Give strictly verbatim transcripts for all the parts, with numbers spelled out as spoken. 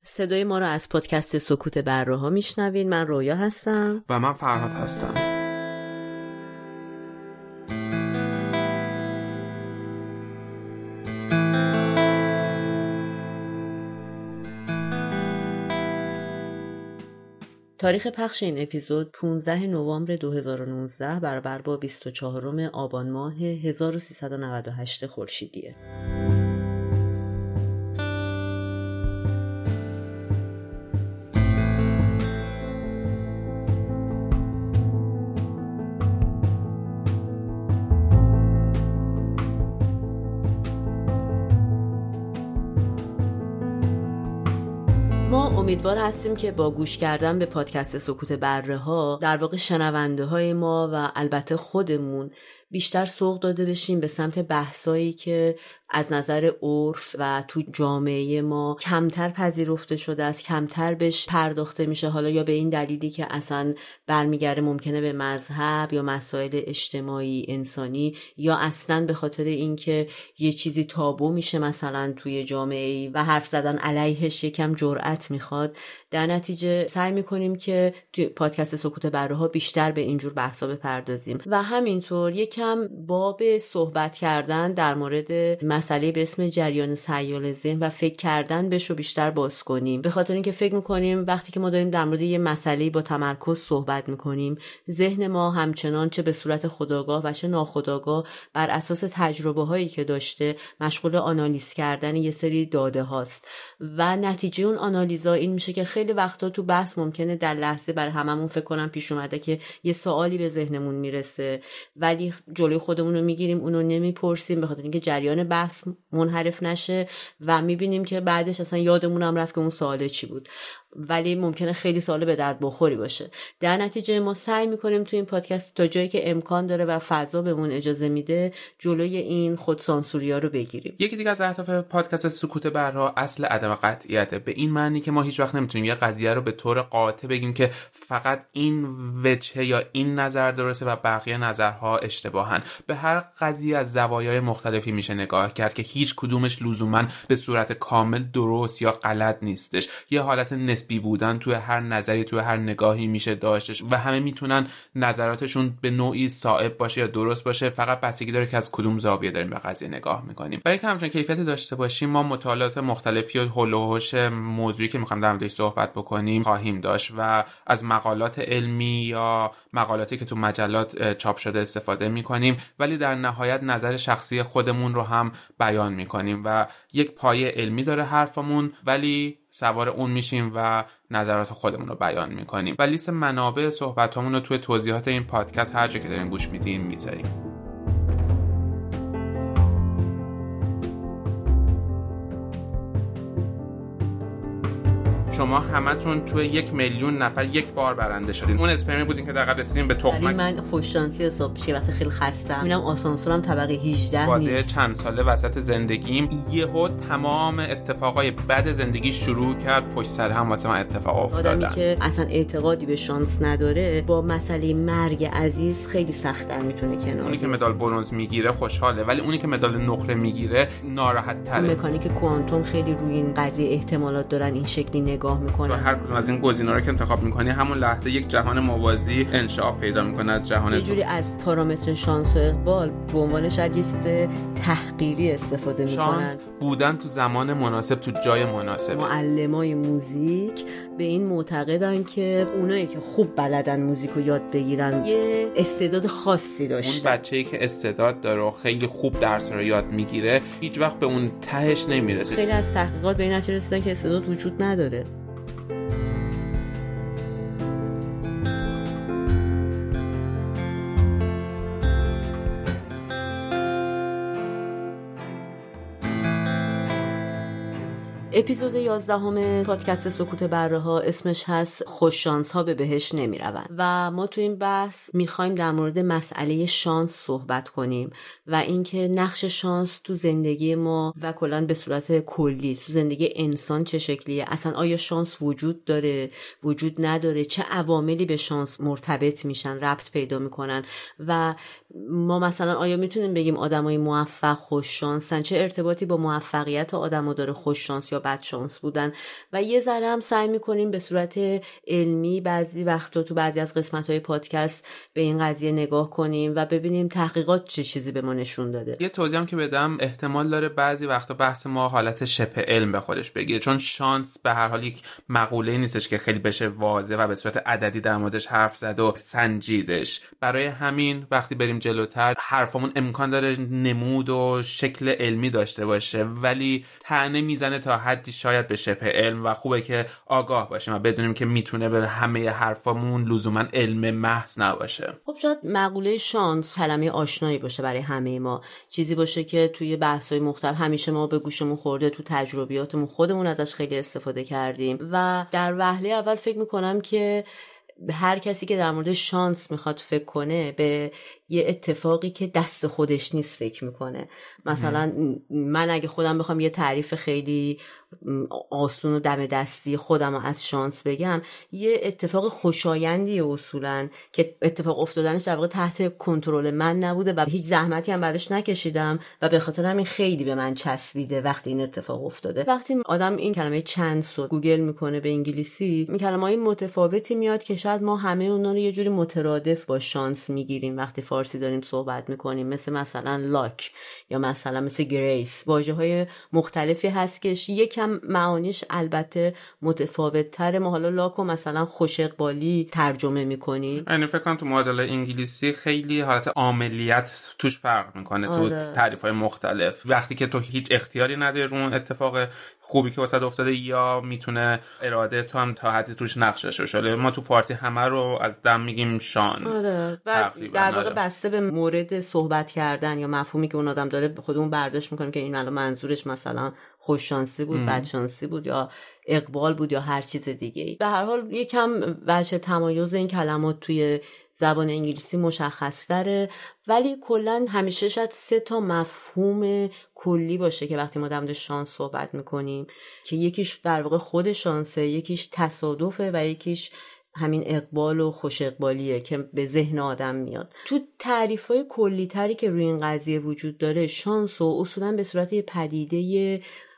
صدای ما رو از پادکست سکوت بره‌ها میشنوین. من رویا هستم و من فرهاد هستم. تاریخ پخش این اپیزود پانزده نوامبر دو هزار و نوزده برابر با بیست و چهارم آبان ماه هزار و سیصد و نود و هشت خورشیدیه. امیدوار هستیم که با گوش کردن به پادکست سکوت بره‌ها در واقع شنونده های ما و البته خودمون بیشتر سوق داده بشیم به سمت بحثایی که از نظر عرف و تو جامعه ما کمتر پذیرفته شده است، کمتر بهش پرداخته میشه، حالا یا به این دلیلی که اصلا برمیگرده ممکنه به مذهب یا مسائل اجتماعی انسانی، یا اصلا به خاطر اینکه یه چیزی تابو میشه مثلا توی جامعه و حرف زدن علیهش یکم جرأت میخواد. در نتیجه سعی میکنیم که توی پادکست سکوت بره‌ها بیشتر به اینجور بحثا بپردازیم و همینطور یکم باب صحبت کردن در مورد مسئله به اسم جریان سیال ذهن و فکر کردن بهش رو بیشتر باز کنیم، به خاطر اینکه فکر میکنیم وقتی که ما داریم در مورد یه مسئله با تمرکز صحبت میکنیم، ذهن ما همچنان چه به صورت خودآگاه و چه ناخودآگاه بر اساس تجربه هایی که داشته مشغول آنالیز کردن یه سری داده هاست و نتیجه اون آنالیزا این میشه که خیلی وقتا تو بحث ممکنه در لحظه برای هممون فکر کنم پیش اومده که یه سوالی به ذهنمون میرسه ولی جلوی خودمون رو میگیریم، اونو نمیپرسیم به خاطر اینکه جریان بحث منحرف نشه و میبینیم که بعدش اصلا یادمون هم رفت که اون سواله چی بود، ولی ممکنه خیلی سوال به درد بخوری باشه. در نتیجه ما سعی میکنیم تو این پادکست تا جایی که امکان داره و فضا بهمون اجازه میده جلوی این خودسانسوریا رو بگیریم. یکی دیگه از اهداف پادکست سکوت برها اصل عدم قطعیته، به این معنی که ما هیچ وقت نمیتونیم یه قضیه رو به طور قاطع بگیم که فقط این وجهه یا این نظر درسته و بقیه نظرها اشتباهن. به هر قضیه از زوایای مختلفی میشه نگاه کرد که هیچ کدومش لزوما به صورت کامل درست یا غلط نیستش. یه حالت نسبی بودن توی هر نظری توی هر نگاهی میشه داشتش و همه میتونن نظراتشون به نوعی صائب باشه یا درست باشه، فقط بستگی داره که از کدوم زاویه داریم به قضیه نگاه میکنیم. برای اینکه همچون کیفیتی داشته باشیم ما مطالعات مختلفی و حول و حوش موضوعی که میخوام در موردش صحبت بکنیم خواهیم داشت و از مقالات علمی یا مقالاتی که تو مجلات چاپ شده استفاده میکنیم، ولی در نهایت نظر شخصی خودمون رو هم بیان میکنیم و یک پایه علمی داره حرفمون، ولی سوار اون میشیم و نظرات خودمون رو بیان میکنیم و لیست منابع صحبتامون رو توی توضیحات این پادکست هر جا که دارین گوش میدین میذاریم. شما همتون توی یک میلیون نفر یک بار برنده شدین. اون اسپرمی بودین که دقیقاً رسیدین به تخمک. من خوش شانسی حساب میشه وقتی خیلی خستم میرم آسانسورم طبقه هجده بازی نیست. چند ساله وسط زندگیم یهو تمام اتفاقای بد زندگی شروع کرد پشت سر هم واسه من اتفاق افتادن. آدمی که اصلا اعتقادی به شانس نداره با مسئله مرگ عزیز خیلی سخت‌تر میتونه کنار. اونی که مدال برنز میگیره خوشحاله، ولی اونی که مدال نقره میگیره ناراحت تره. مکانیک کوانتوم خیلی روی این قضیه احتمالات دارن این شکلی نگاه میکنن. تو هر کدوم از این گزینه‌ها رو که انتخاب میکنی همون لحظه یک جهان موازی انشعاب پیدا میکنه از جهان. یه جوری از پارامتر شانس و اقبال به عنوان شاید یه چیز تحقیری استفاده میکنن. شانس بودن تو زمان مناسب تو جای مناسب. معلمای موزیک به این معتقدن که اونایی که خوب بلدن موزیک رو یاد بگیرن یه استعداد خاصی داشتن. اون بچه‌ای که استعداد داره و خیلی خوب درس رو یاد میگیره هیچ وقت به اون تهش نمیرسه. خیلی از تحقیقات به این نتیجه رسیدن که استعداد وجود نداره. اپیزود یازدهم پادکست سکوت بره‌ها اسمش هست خوششانس ها به بهشت نمیروند و ما تو این بحث میخوایم در مورد مسئله شانس صحبت کنیم و اینکه نقش شانس تو زندگی ما و کلاً به صورت کلی تو زندگی انسان چه شکلیه، اصلا آیا شانس وجود داره وجود نداره، چه عواملی به شانس مرتبط میشن ربط پیدا میکنن و ما مثلا آیا میتونیم بگیم آدمای موفق خوش شانسن، چه ارتباطی با موفقیت آدمو داره خوش شانس یا بد شانس بودن و یه ذره هم سعی میکنیم به صورت علمی بعضی وقتا تو بعضی از قسمت‌های پادکست به این قضیه نگاه کنیم و ببینیم تحقیقات چه چیزی به ما نشون داده. یه توضیح هم که بدم، احتمال داره بعضی وقتا بحث ما حالت شبه علم به خودش بگیره، چون شانس به هر حال یک مقوله نیستش که خیلی بشه واضح و به صورت عددی در موردش حرف زد و سنجیدش. برای همین وقتی بریم جلوتر حرفمون امکان داره نمود و شکل علمی داشته باشه، ولی طعنه میزنه تا حدی شاید به شبه علم و خوبه که آگاه باشیم و بدونیم که میتونه به همه حرفامون لزوما علم محض نباشه. خب شاید مقوله شانس کلمه آشنایی باشه برای همه ما، چیزی باشه که توی بحث‌های مختلف همیشه ما به گوشمون خورده، تو تجربیاتمون خودمون ازش خیلی استفاده کردیم و در وهله اول فکر میکنم که هر کسی که در مورد شانس میخواد فکر کنه به یه اتفاقی که دست خودش نیست فکر میکنه. مثلا من اگه خودم بخوام یه تعریف خیلی آسون و دم دستی خودم از شانس بگم، یه اتفاق خوشایندی اصولاً که اتفاق افتادنش در واقع تحت کنترل من نبوده و هیچ زحمتی هم براش نکشیدم و به خاطر همین خیلی به من چسبیده وقتی این اتفاق افتاده. وقتی آدم این کلمه چانس رو گوگل میکنه به انگلیسی، این کلمه‌های متفاوتی میاد که شاید ما همه اونا رو یه جوری مترادف با شانس میگیریم وقتی فارسی داریم صحبت میکنیم، مثل مثلا لاک یا مثلا مثل گریس. واژه‌های مختلفی هست که یکم معانیش البته متفاوت تره. ما حالا لاک رو مثلا خوش اقبالی ترجمه میکنیم، یعنی فکر کنم تو معادله انگلیسی خیلی حالت عاملیت توش فرق میکنه. آره. تو تعریف‌های مختلف وقتی که تو هیچ اختیاری نداری رو اون اتفاق خوبی که واسه افتاده، یا میتونه اراده تو هم تا حدی توش نقش داشته باشه. ما تو فارسی همه رو از دم میگیم شانس. آره. و در واقع بسته به مورد صحبت کردن یا مفهومی که اون آدم داره خودمون برداشت میکنیم که این الان منظورش مثلا خوش شانسی بود، بد شانسی بود یا اقبال بود یا هر چیز دیگه ای. به هر حال یکم وجه تمایز این کلمات توی زبان انگلیسی مشخص تره، ولی کلا همیشه شاید سه تا مفهوم کلی باشه که وقتی ما در مورد شانس صحبت میکنیم، که یکیش در واقع خود شانسه، یکیش تصادفه و یکیش همین اقبال و خوش اقبالیه که به ذهن آدم میاد. تو تعریف‌های کلی تری که روی این قضیه وجود داره، شانس رو اصولاً به صورت یه پدیده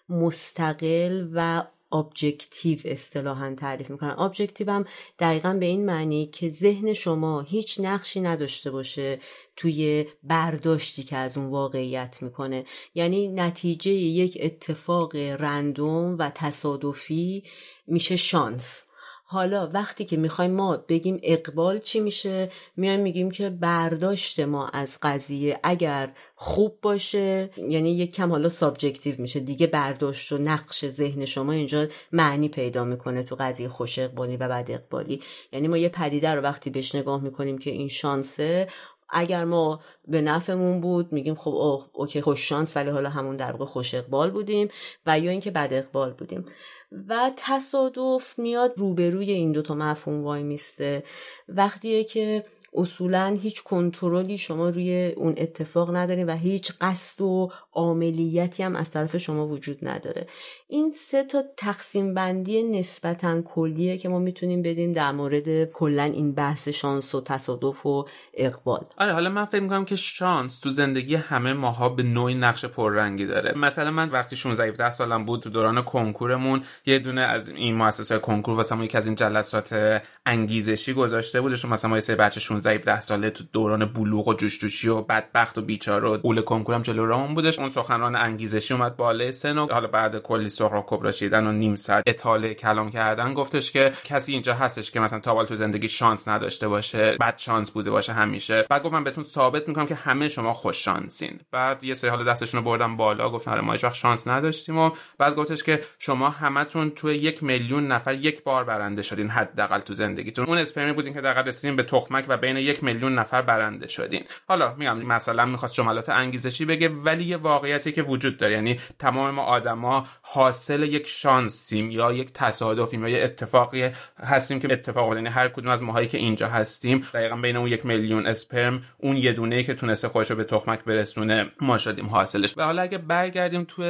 مستقل و ابجکتیو اصطلاحاً تعریف میکنن. ابجکتیو هم دقیقاً به این معنی که ذهن شما هیچ نقشی نداشته باشه توی برداشتی که از اون واقعیت میکنه، یعنی نتیجه یک اتفاق رندوم و تصادفی میشه شانس. حالا وقتی که میخوایم ما بگیم اقبال چی میشه، میایم میگیم که برداشت ما از قضیه اگر خوب باشه، یعنی یک کم حالا سابجکتیو میشه دیگه، برداشت و نقش ذهن شما اینجا معنی پیدا میکنه تو قضیه خوش اقبالی و بد اقبالی. یعنی ما یه پدیده رو وقتی بهش نگاه میکنیم که این شانسه، اگر ما به نفعمون بود میگیم خب اوه اوکی خوش شانس، ولی حالا همون در واقع خوش اقبال بودیم، و یا اینکه بد اقبال بودیم. و تصادف میاد روبروی این دوتا مفهوم وای میسته وقتیه که اصولاً هیچ کنترلی شما روی اون اتفاق ندارین و هیچ قصد و عاملیتی هم از طرف شما وجود نداره. این سه تا تقسیم بندی نسبتاً کلیه که ما میتونیم بدیم در مورد کلاً این بحث شانس و تصادف و اقبال. آره، حالا من فکر می‌کنم که شانس تو زندگی همه ماها به نوعی نقش پررنگی داره. مثلا من وقتی شانزده هفده سالم بود، تو دوران کنکورمون یه دونه از این مؤسسات کنکور واسه ما یکی از این جلسات انگیزشی گذاشته بودش. مثلا ما یه سری بچه شانزده هفده ساله تو دوران بلوغ و جوش‌جوشی و بدبخت و بیچاره و اول کنکورم جلو راهمون بودش. اون سخنران انگیزشی اومد بالای سن و حالا بعد کلی سغرا کبرا شیدن و نیم ساعت اطاله کلام کردن گفتش که کسی اینجا هستش که مثلا تا حالا تو زندگی شانس نداشته باشه، بد شانس بوده باشه همیشه. بعد گفتم بهتون ثابت میکنم که همه شما خوش شانسین. بعد یه سری حالا دستشون رو بردم بالا، گفتن آره ما هیچ وقت شانس نداشتیم. و بعد گفتش که شما همتون تو یک میلیون نفر یک بار برنده شدین حداقل تو زندگیتون. اون اسپرمی بودین که دقیقاً رسیدین به تخمک و بین یک میلیون نفر برنده شدین. حالا میگم مثلا میخواست جملات انگیزشی بگه، ولی یه واقعیتی که وجود داره، یعنی تمام ما آدما حاصل یک شانسیم یا یک تصادفیم یا یه اتفاقی هستیم که اتفاق افتاد. یعنی هر کدوم از ماهایی که اینجا هستیم دقیقاً بین اون یک میلیون اسپرم اون یه دونه‌ای که تونسته خودش رو به تخمک برسونه ما شدیم حاصلش. و حالا اگه برگردیم توی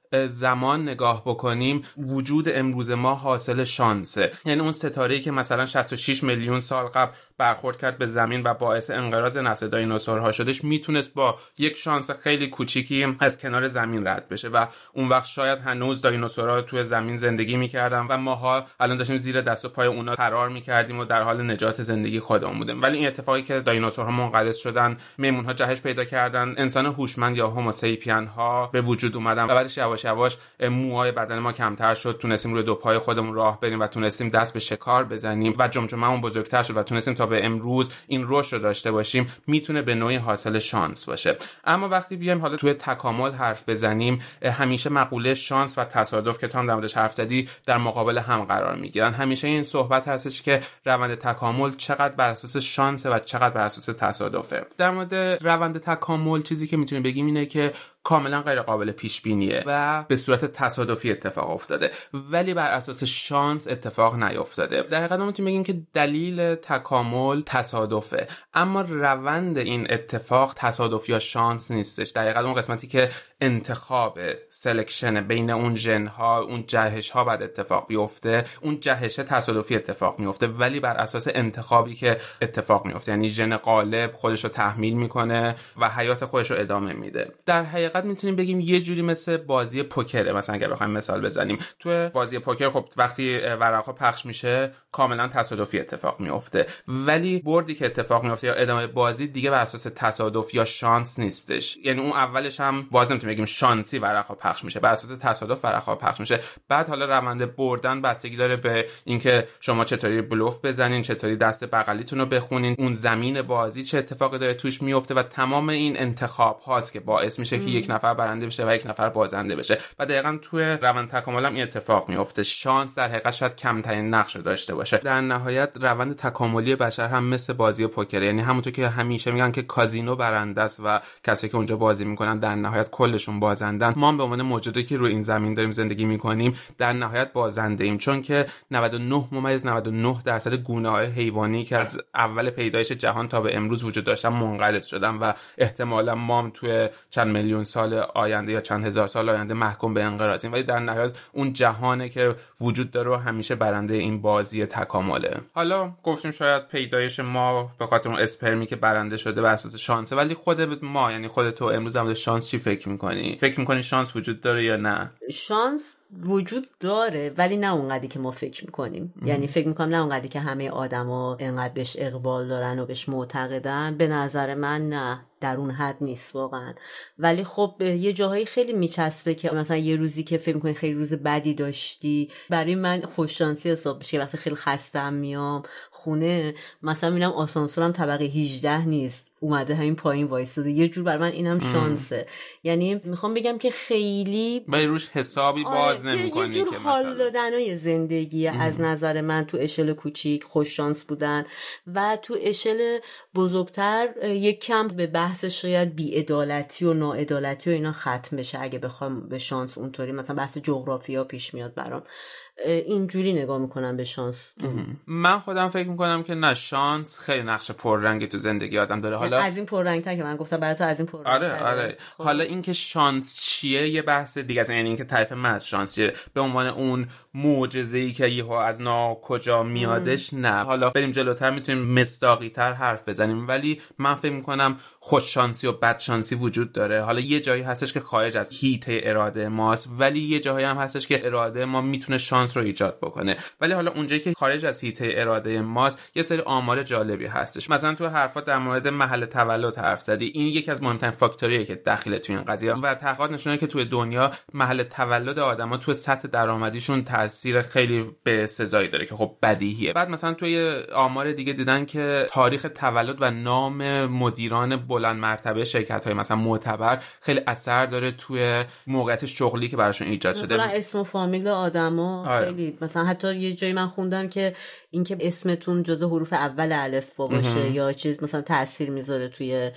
زمان نگاه بکنیم وجود امروز ما حاصل شانسه. یعنی اون ستاره‌ای که مثلا شصت و شش میلیون سال قبل برخورد کرد به زمین و باعث انقراض نسل دایناسورها شدش، میتونست با یک شانس خیلی کوچیکی از کنار زمین رد بشه و اون وقت شاید هنوز دایناسورها توی زمین زندگی میکردن و ماها الان داشتیم زیر دست و پای اونا قرار میکردیم و در حال نجات زندگی خودمون بودیم. ولی این اتفاقی که دایناسورها منقرض شدن، میمونها جهش پیدا کردن، انسان هوشمند یا هوموسیپین ها به وجود اومدن و بعدش یواش یواش موهای بدن ما کمتر شد، تونستیم روی دو پای خودمون راه بریم و تونستیم دست به شکار بزنیم و جمجمه‌مون بزرگتر شد و تونستیم تا به امروز این رشد رو داشته باشیم. میتونه به نوعی حاصل شانس باشه. اما وقتی بیایم حالا توی تکامل حرف بزنیم، همیشه مقوله شانس و تصادف که تو هم در موردش حرف زدی در مقابل هم قرار میگیرن. همیشه این صحبت هستش که روند تکامل چقدر بر اساس شانس و چقدر بر اساس تصادفه. در مورد روند تکامل چیزی که میتونیم بگیم اینه که کاملا غیر قابل پیش بینیه و به صورت تصادفی اتفاق افتاده، ولی بر اساس شانس اتفاق نیفتاده. در حقیقت میتونیم بگیم که دلیل تکامل تصادفه، اما روند این اتفاق تصادف یا شانس نیستش. در حقیقت اون قسمتی که انتخاب سلکشن بین اون ژن ها، اون جهش ها بعد اتفاق بیفته، اون جهش تصادفی اتفاق میفته ولی بر اساس انتخابی که اتفاق میفته. یعنی ژن غالب خودش رو تحمیل میکنه و حیات خودش رو ادامه میده. در حقیقت میتونیم بگیم یه جوری مثل بازی پوکره. مثلا اگه بخوایم مثال بزنیم، تو بازی پوکر خب وقتی ورقا پخش میشه کاملا تصادفی اتفاق میفته، ولی بردی که اتفاق میفته یا ادامه بازی دیگه بر اساس تصادف یا شانس نیستش. یعنی اون اولش هم باز نمیتونیم بگیم شانسی ورقا پخش میشه، بر اساس تصادف ورقا پخش میشه. بعد حالا روند بردن بستگی داره به اینکه شما چطوری بلوف بزنین، چطوری دست بغلیتون رو بخونین، اون زمین بازی چه اتفاقی داره توش میفته و تمام این انتخاب هاست که باعث میشه که یک نفر برنده بشه و یک نفر بازنده بشه. و دقیقاً توی روند تکامل هم این اتفاق میفته. شانس در حقیقت شاید کمترین نقش داشته باشه. در نهایت روند تکاملی بشر هم مثل بازی پوکر، یعنی همونطور که همیشه میگن که کازینو برنده است و کسایی که اونجا بازی میکنن در نهایت کلشون بازندن. ما هم به عنوان موجودی که روی این زمین داریم زندگی میکنیم در نهایت بازنده ایم، چون که نود و نه ممیز نود و نه درصد گونه‌های حیوانی که از اول پیدایش جهان تا به امروز وجود داشتن منقرض شدن و احتمالاً ما هم توی چند میلیون سال آینده یا چند هزار سال آینده محکوم به انقراضیم. ولی در نهایت اون جهانه که وجود داره و همیشه برنده این بازی تکامله. حالا گفتیم شاید پیدایش ما به خاطر اون اسپرمی که برنده شده بر اساس شانسه، ولی خود ما یعنی خود تو امروز هم شانس چی فکر می‌کنی؟ فکر می‌کنی شانس وجود داره یا نه؟ شانس وجود داره ولی نه اونقدری که ما فکر میکنیم. یعنی فکر میکنم نه اونقدری که همه آدما انقدر بهش اقبال دارن و بهش معتقدن. به نظر من نه، در اون حد نیست واقعا. ولی خب یه جاهایی خیلی میچسبه که مثلا یه روزی که فکر میکنی خیلی روز بدی داشتی، برای من خوششانسی حساب میشه وقتی خیلی خستم میام خونه مثلا میبینم آسانسورم طبقه هجده نیست، اومده همین پایین وایساده، یه جور بر من اینم شانسه. یعنی میخوام بگم که خیلی ولی روش حسابی باز آره نمی‌کنی یه جور که حال دادنای زندگیه. از نظر من تو اشل کوچیک خوش شانس بودن و تو اشل بزرگتر یک کم به بحث شاید بی‌عدالتی و ناعدالتی و اینا ختم بشه. اگه بخوام به شانس اونطوری مثلا بحث جغرافیا پیش میاد برام، اینجوری نگاه میکنم به شانس. من خودم فکر میکنم که نه، شانس خیلی نقش پررنگی تو زندگی آدم داره. حالا از این پررنگ‌تر که من گفتم برای تو از این پررنگ‌تر. آره آره خب. حالا اینکه شانس چیه یه بحث دیگه است. یعنی اینکه تعریف من از شانس چیه به عنوان اون معجزه‌ای که یهو از ناکجا میادش ام. نه، حالا بریم جلوتر میتونیم مصداقی‌تر حرف بزنیم، ولی من فکر میکنم خوش شانسی و بد شانسی وجود داره. حالا یه جایی هستش که خارج از هیته اراده ماست، ولی یه جایی هم هستش که اراده ما میتونه شانس رو ایجاد بکنه. ولی حالا اونجایی که خارج از هیته اراده ماست یه سری آمار جالبی هستش. مثلا تو حرفات در مورد محل تولد حرف زدی، این یکی از مهمترین فاکتوریه که داخل تو این قضیه و تحقیقات نشونه که تو دنیا محل تولد آدما تو سطح درآمدیشون تاثیر خیلی به سزایی داره که خب بدیهیه. بعد مثلا توی آمار دیگه دیدن که تاریخ تولد و نام مدیران بلند مرتبه شرکت‌های مثلا معتبر خیلی اثر داره توی موقعیت شغلی که براشون ایجاد شده. مثلا اسم و فامیل آدما آره. خیلی مثلا حتی یه جایی من خوندم که اینکه اسمتون جزء حروف اول الفبا باشه یا چیز مثلا تأثیر میذاره توی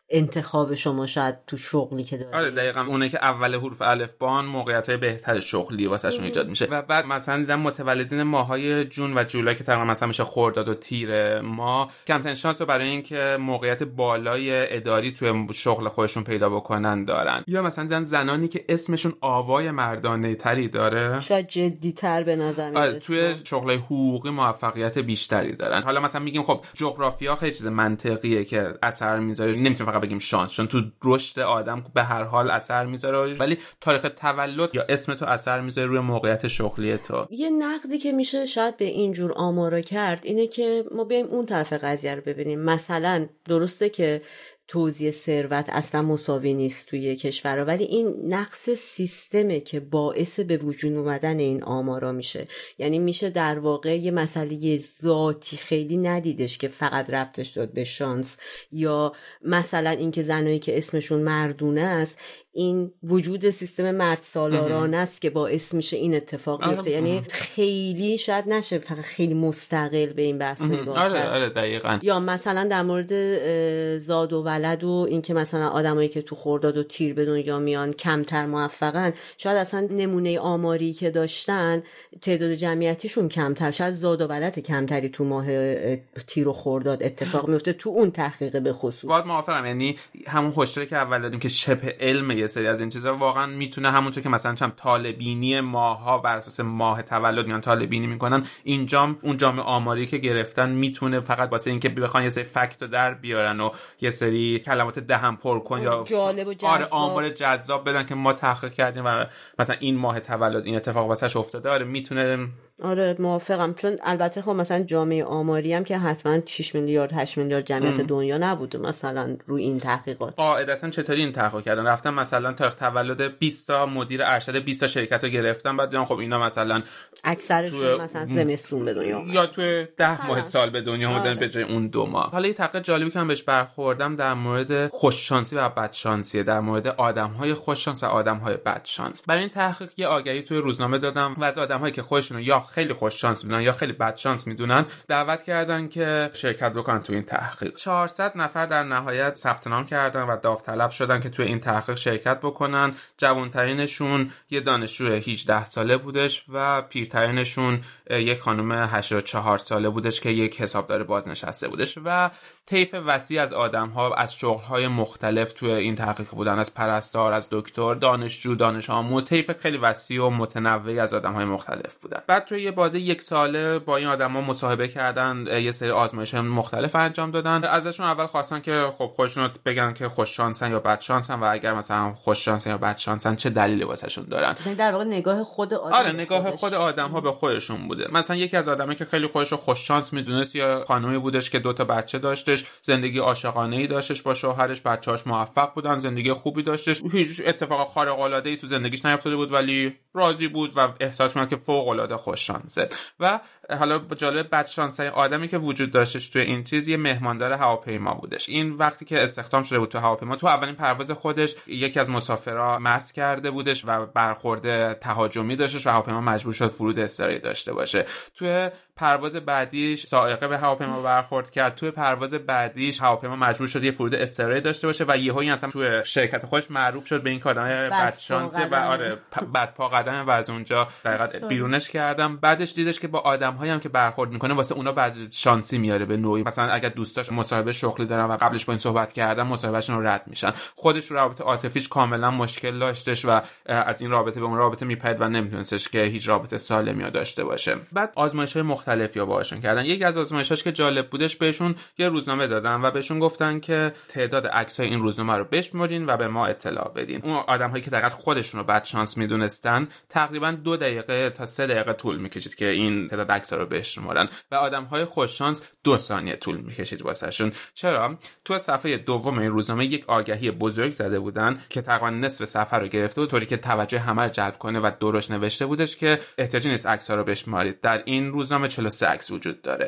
انتخاب شما شاید تو شغلی که دارید. آره دقیقاً، اونه که اول حروف الفبان موقعیت‌های بهتر شغلی واسهشون ایجاد میشه. و بعد مثلا دیدم متولدین ماهای جون و جولای که تقریبا مثلا میشه خرداد و تیر ما کمترین شانس رو برای اینکه موقعیت بالای اداری توی شغل خودشون پیدا بکنن دارن. یا مثلا دیدم زنانی که اسمشون آوای مردانه تری داره شاید جدی‌تر به نظر میاد، آره توی شغل حقوقی موفقیت بیشتری دارن. حالا مثلا میگیم خب جغرافیا خیلی چیز منطقیه که اثر میذاره، نمیتونیم فقط بگیم شانس، چون تو رشد آدم به هر حال اثر میذاره، ولی تاریخ تولد یا اسم تو اثر میذاره روی موقعیت شغلی تو. یه نقدی که میشه شاید به اینجور آمارا کرد اینه که ما بیایم اون طرف قضیه رو ببینیم. مثلا درسته که توزیع ثروت اصلا مساوی نیست توی کشور، ولی این نقص سیستمه که باعث به وجود اومدن این آمارا میشه. یعنی میشه در واقع یه مسئله ذاتی خیلی ندیدش که فقط ربطش داد به شانس، یا مثلا اینکه زنایی که اسمشون مردونه است این وجود سیستم مرد سالارانه است که باعث میشه این اتفاق بیفته. یعنی خیلی شاید نشه فقط خیلی مستقل به این بحث نگاه کرد. آره آره دقیقاً. یا مثلا در مورد زاد و ولد و اینکه مثلا آدمایی که تو خرداد و تیر به دنیا میان کمتر موفقن، شاید اصلا نمونه آماری که داشتن تعداد جمعیتیشون کمتر، شاید زاد و ولد کمتری تو ماه تیر و خرداد اتفاق میفته تو اون تحقیق به خصوص. باید موافقم. یعنی همون هشداری که اول دادیم که شبه علم یه سری از این چیزا واقعا میتونه همونطور که مثلا چم طالبینی ماها بر اساس ماه تولد میان طالبینی میکنن، اینجام اون جامعه آماری که گرفتن میتونه فقط واسه اینکه بخوان یه سری فکت رو در بیارن و یه سری کلمات دهن پر کن یا جالب و جذاب، آره آمار جذاب بدن که ما تحقیق کردیم و مثلا این ماه تولد این اتفاق واسش افتاده. آره میتونه. آره موافقم، چون البته خب مثلا جامعه آماری هم که حتما شش میلیارد هشت میلیارد جمعیت ام. دنیا نبوده مثلا روی این تحقیقات. قاعدتا چطوری این تحقیق کردن؟ رفتن مثلا تاریخ تولد بیست تا مدیر ارشد بیست تا شرکت رو گرفتن، بعد دیدن خب اینا مثلا اکثرشون مثلا زمستون به دنیا یا تو ده ماه سال به دنیا اومدن به جای اون دو ماه. حالا یه تحقیق جالبی که من بهش برخوردم در مورد خوششانسی و بدشانسی، در مورد آدم‌های خوششانس و آدم‌های بدشانس. برای این تحقیق یه آگهی توی روزنامه دادم و از آدم‌هایی که خودشون یا خیلی خوش شانس میدونن یا خیلی بد شانس میدونن دعوت کردن که شرکت بکنن تو این تحقیق. چهارصد نفر در نهایت ثبت نام کردن و داوطلب شدن که تو این تحقیق شرکت بکنن. جوانترینشون یه دانشجو هجده ساله بودش و پیرترینشون یک خانم هشتاد و چهار ساله بودش که یک حسابدار بازنشسته بودش و طیف وسیع از آدم‌ها از شغل‌های مختلف توی این تحقیق بودن، از پرستار، از دکتر، دانشجو، دانش آموز، طیف خیلی وسیع و متنوعی از آدم‌های مختلف بودن. بعد توی یه بازه یک ساله با این آدم‌ها مصاحبه کردن، یه سری آزمایش‌های مختلف انجام دادن. ازشون اول خواستن که خب خودشون رو بگن که خوش شانسن یا بد شانسن و اگر مثلا خوش شانسن یا بد شانسن چه دلیلی واسهشون دارن. یعنی در واقع نگاه خود آدم. آره نگاه خود آدم‌ها به خودشون بوده. مثلا یکی از آدمایی که خیلی خودش رو خوش شانس میدونست یا خانومی بودش که دو تا بچه داشتش، زندگی عاشقانه‌ای داشتش با شوهرش، بچه‌هاش موفق بودن، زندگی خوبی داشتش، هیچ اتفاق خارق‌العاده‌ای تو زندگیش نیفتاده بود ولی راضی بود و احساس می‌کرد که فوق‌العاده خوش شانسه. و حالا جالب بد شانس‌ترین آدمی که وجود داشتش توی این چیز یه مهماندار هواپیما بودش. این وقتی که استخدام شده بود تو هواپیما، تو اولین پرواز خودش یکی از مسافرها مست کرده بودش و برخورد تهاجمی داشتش و هواپیما مجبور شد فرود اضطراری داشته باشه. توی پرواز بعدیش سائقه به هواپیما برخورد کرد. توی پرواز بعدیش هواپیما مجبور شد یه فرود اضطراری داشته باشه و یهو این اصلا توی شرکت خودش معروف شد به این که آدم بد شانسه و آره بد پا قدمه و از اونجا دقیقاً بیرونش کردم. بعدش دیدش که با آدم‌هایی هم که برخورد میکنه واسه اونا بد شانسی میاره به نوعی. مثلا اگر دوستاش مصاحبه شغلی دارن و قبلش با این صحبت کردن مصاحبهشون رو رد میشن. خودش رو رابطه عاطفیش کاملا مشکل داشتش و از این رابطه به اون رابطه میپرید و نمیتونستش که هیچ رابطه سالمی داشته باشه. بعد آزمایش‌های مختلفی باهاشون کردن. یکی از آزمایشاش که جالب بودش بهشون یه روزنامه دادن و بهشون گفتن که تعداد عکس‌های این روزنامه رو بشمرین و به ما اطلاع بدین. اون آدم‌هایی که دقیقاً خودشون رو بد شانس میدونستن تقریباً دو دقیقه تا سه دقیقه طول میکشید که این تعداد عکس‌ها رو بشمرن و آدم‌های خوش شانس دو ثانیه طول میکشید واسهشون. چرا؟ تو صفحه دوم این روزنامه یک آگهی بزرگ زده بودن که تقریباً نصف صفحه رو گرفته بود، طوری که توجه همه رو جلب کنه و دورش نوشته بودش که احتیاجی نیست عکس‌ها رو بشمارید. در این روزنامه چهل و سه عکس وجود داره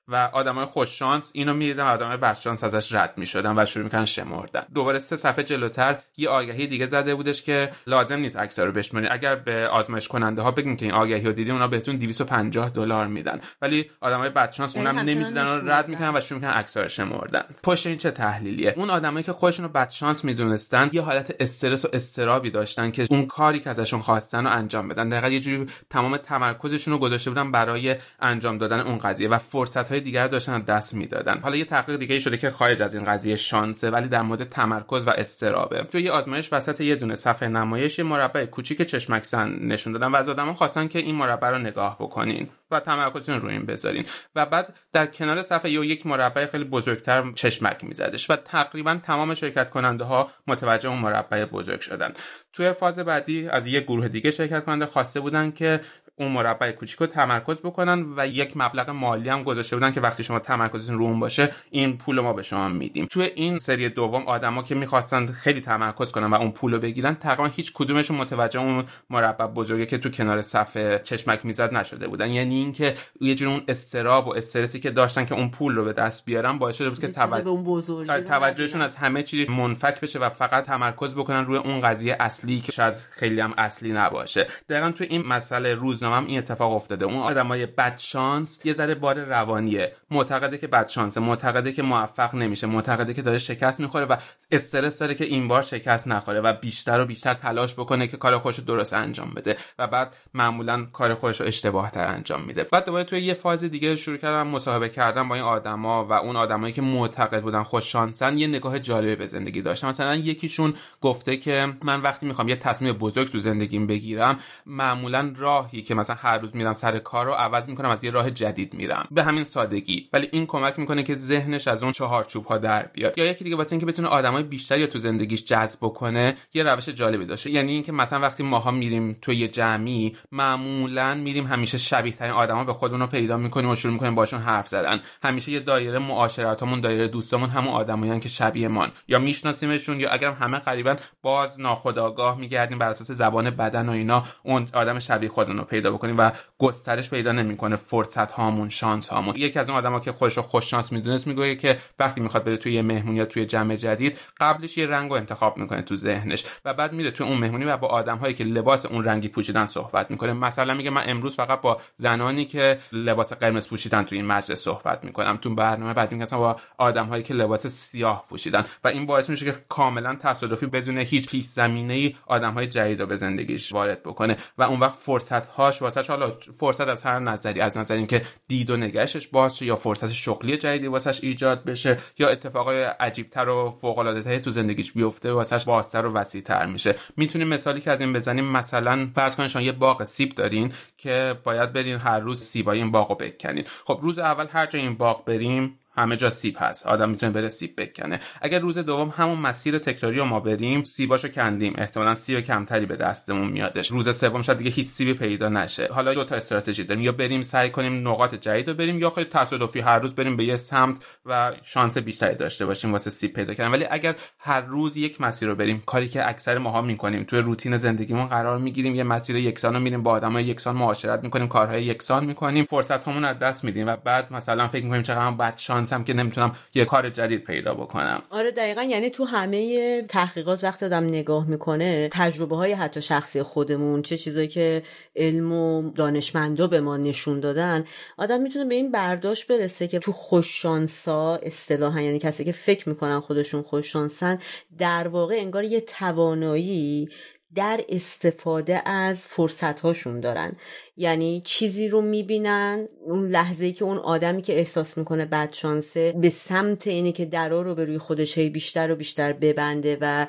و آدمای خوش شانس اینو میدیدن، آدمای بد شانس ازش رد میشدن و شروع میکنن شمردن. دوباره سه صفحه جلوتر یه آگهی دیگه زده بودش که لازم نیست عکس‌ها رو بشمارید، اگر به آزمایش کننده ها بگین که این آگهی رو دیدین اونا بهتون دویست و پنجاه دلار میدن، ولی آدمای بد شانس اونم نمیدیدن و رد میکنن و شروع میکنن عکس‌ها رو شمردن. پشت این چه تحلیلیه؟ اون آدمایی که خودشون رو بد شانس میدونستن یه حالت استرس و اضطرابی داشتن که اون کاری که ازشون خواستن رو انجام بدن. دقیقاً یه جوری تمام تمرکزشون رو گذاشته بودن برای انجام دادن اون قضیه و فرصت‌های دیگر رو داشتن دست میدادن. حالا یه تحقیق دیگه شده که خارج از این قضیه شانسه ولی در مورد تمرکز و اضطرابه. توی یه آزمایش وسط یه دونه صفحه نمایش مربع کوچیک چشمک زن نشون دادن و از آدما خواستن که این مربع رو نگاه بکنین و تمرکزتون رو این بذارین و بعد در کنار صفحه یه یک مربع خیلی بزرگتر چشمک میزدش و تقریبا تمام شرکت کننده ها متوجه اون مربع بزرگ شدن. توی فاز بعدی از یک گروه دیگه شرکت کننده خواسته بودن که اون مربع کوچیکو تمرکز بکنن و یک مبلغ مالی هم گذاشته بودن که وقتی شما تمرکزتون رو اون باشه این پول ما به شما میدیم. توی این سری دوم آدما که می‌خواستن خیلی تمرکز کنن و اون پولو بگیرن تقریبا هیچ کدومشون متوجه اون مربع بزرگی که تو کنار صفحه چشمک میزد نشده بودن. یعنی اینکه یه جور اون استراب و استرسی که داشتن که اون پول رو به دست بیارن باعث شده بود که توجه توجهشون از همه چیز منفک بشه و فقط تمرکز بکنن روی اون قضیه اصلی که شاید خیلی هم اصلی نباشه. دقیقاً تو این مسئله روز هم این اتفاق افتاده. اون آدمای بد شانس یه ذره بار روانیه، معتقده که بد شانسه، معتقده که موفق نمیشه، معتقده که داره شکست میخوره و استرس داره که این بار شکست نخوره و بیشتر و بیشتر تلاش بکنه که کار خودش رو درست انجام بده و بعد معمولا کار خودش رو اشتباه تر انجام میده. بعد دوباره توی یه فاز دیگه شروع کردم مصاحبه کردن با این آدما و اون آدمایی که معتقد بودن خوش شانسن یه نگاه جالبی به زندگی داشتن. مثلا یکیشون گفته که من وقتی میخوام یه تصمیم بزرگ تو زندگیم بگیرم معمولا راهی که مثلا هر روز میرم سر کار رو عوض میکنم، از یه راه جدید میرم، به همین سادگی، ولی این کمک میکنه که ذهنش از اون چهارچوب ها در بیاد. یا یکی دیگه واسه اینکه بتونه آدمای بیشتری تو زندگیش جذب کنه یه روش جالبی داشته. یعنی اینکه مثلا وقتی ماها میریم توی یه جمعی معمولا میریم همیشه شبیه ترین آدما به خودمون رو پیدا میکنیم و شروع میکنیم باشون حرف زدن. همیشه یه دایره معاشرتمون، دایره دوستامون همون آدمایان که شبیه مان، یا میشناسیمشون یا اگرم همه قریبا باز ناخودآگاه میگردیم بر اساس زبان بدن و اینا اون آدم شبیه خودمون رو پیدا بکنیم و گسترش پیدا نمیکنه فرصت هامون، شانس هامون. یکی از اون آدما که خودش رو خوش شانس میدونست میگه که وقتی میخواد بره توی یه مهمونی یا توی جمع جدید قبلش یه رنگو انتخاب میکنه تو ذهنش و بعد میره توی اون مهمونی و با آدم‌هایی که لباس اون رنگی پوشیدن صحبت میکنه. مثلا میگه من امروز فقط با زنانی که لباس قرمز پوشیدن توی این مجلس صحبت میکنم، تو برنامه بعدی میگم با آدم‌هایی که لباس سیاه پوشیدن و این باعث میشه که کاملا تصادفی بدون هیچ پیش زمینه‌ای آدم‌های جدید رو به زندگیش وارد بکنه و اون وقت فرصت‌هاش واسش، حالا فرصت از هر نظری، از نظر اینکه دید و نگاهش باز شه یا فرصت شغلی جدیدی واسش ایجاد بشه یا اتفاقای عجیب‌تر و فوق‌العاده‌تری تو زندگیش بیفته واسش بازتر و وسیع‌تر میشه. میتونیم مثالی که از این بزنیم، مثلا فرض کنید شما یه باغ سیب دارین که باید برین هر روز سیبای این باغو بکنین. خب روز اول هر جا این باغ بریم همه جا سیب هست، آدم میتونه بره سیب بکنه. اگر روز دوم همون مسیر تکراری رو ما بریم، سیباشو کندیم، احتمالاً سیب کمتری به دستمون میادش. روز سوم شاید دیگه هیچ سیبی پیدا نشه. حالا دو تا استراتژی داریم، یا بریم سعی کنیم نقاط جدید رو بریم یا خیلی تصادفی هر روز بریم به یه سمت و شانس بیشتری داشته باشیم واسه سیب پیدا کردن. ولی اگر هر روز یک مسیر رو بریم، کاری که اکثر ماها میکنیم، توی روتین زندگیمون قرار میگیریم، یه مسیر یکسان رو میریم، با آدمای یکسان معاشرت میکنیم، کارهای یکسان میکنیم، فرصتامون از دست میدیم و بعد مثلا فکر میکنیم چقدر بد شانسم که نمیتونم یه کار جدید پیدا بکنم. آره دقیقاً. یعنی تو همه تحقیقات وقتی آدم نگاه میکنه، تجربه های حتی شخصی خودمون، چه چیزایی که علم و دانشمندا به ما نشون دادن، آدم میتونه به این برداشت برسه که تو خوششانسا اصطلاحاً، یعنی کسی که فکر میکنن خودشون خوششانسن، در واقع انگار یه توانایی در استفاده از فرصت‌هاشون دارن. یعنی چیزی رو میبینن اون لحظه‌ای که اون آدمی که احساس میکنه بد شانسه به سمت اینه که درا رو به روی خودش بیشتر و بیشتر ببنده و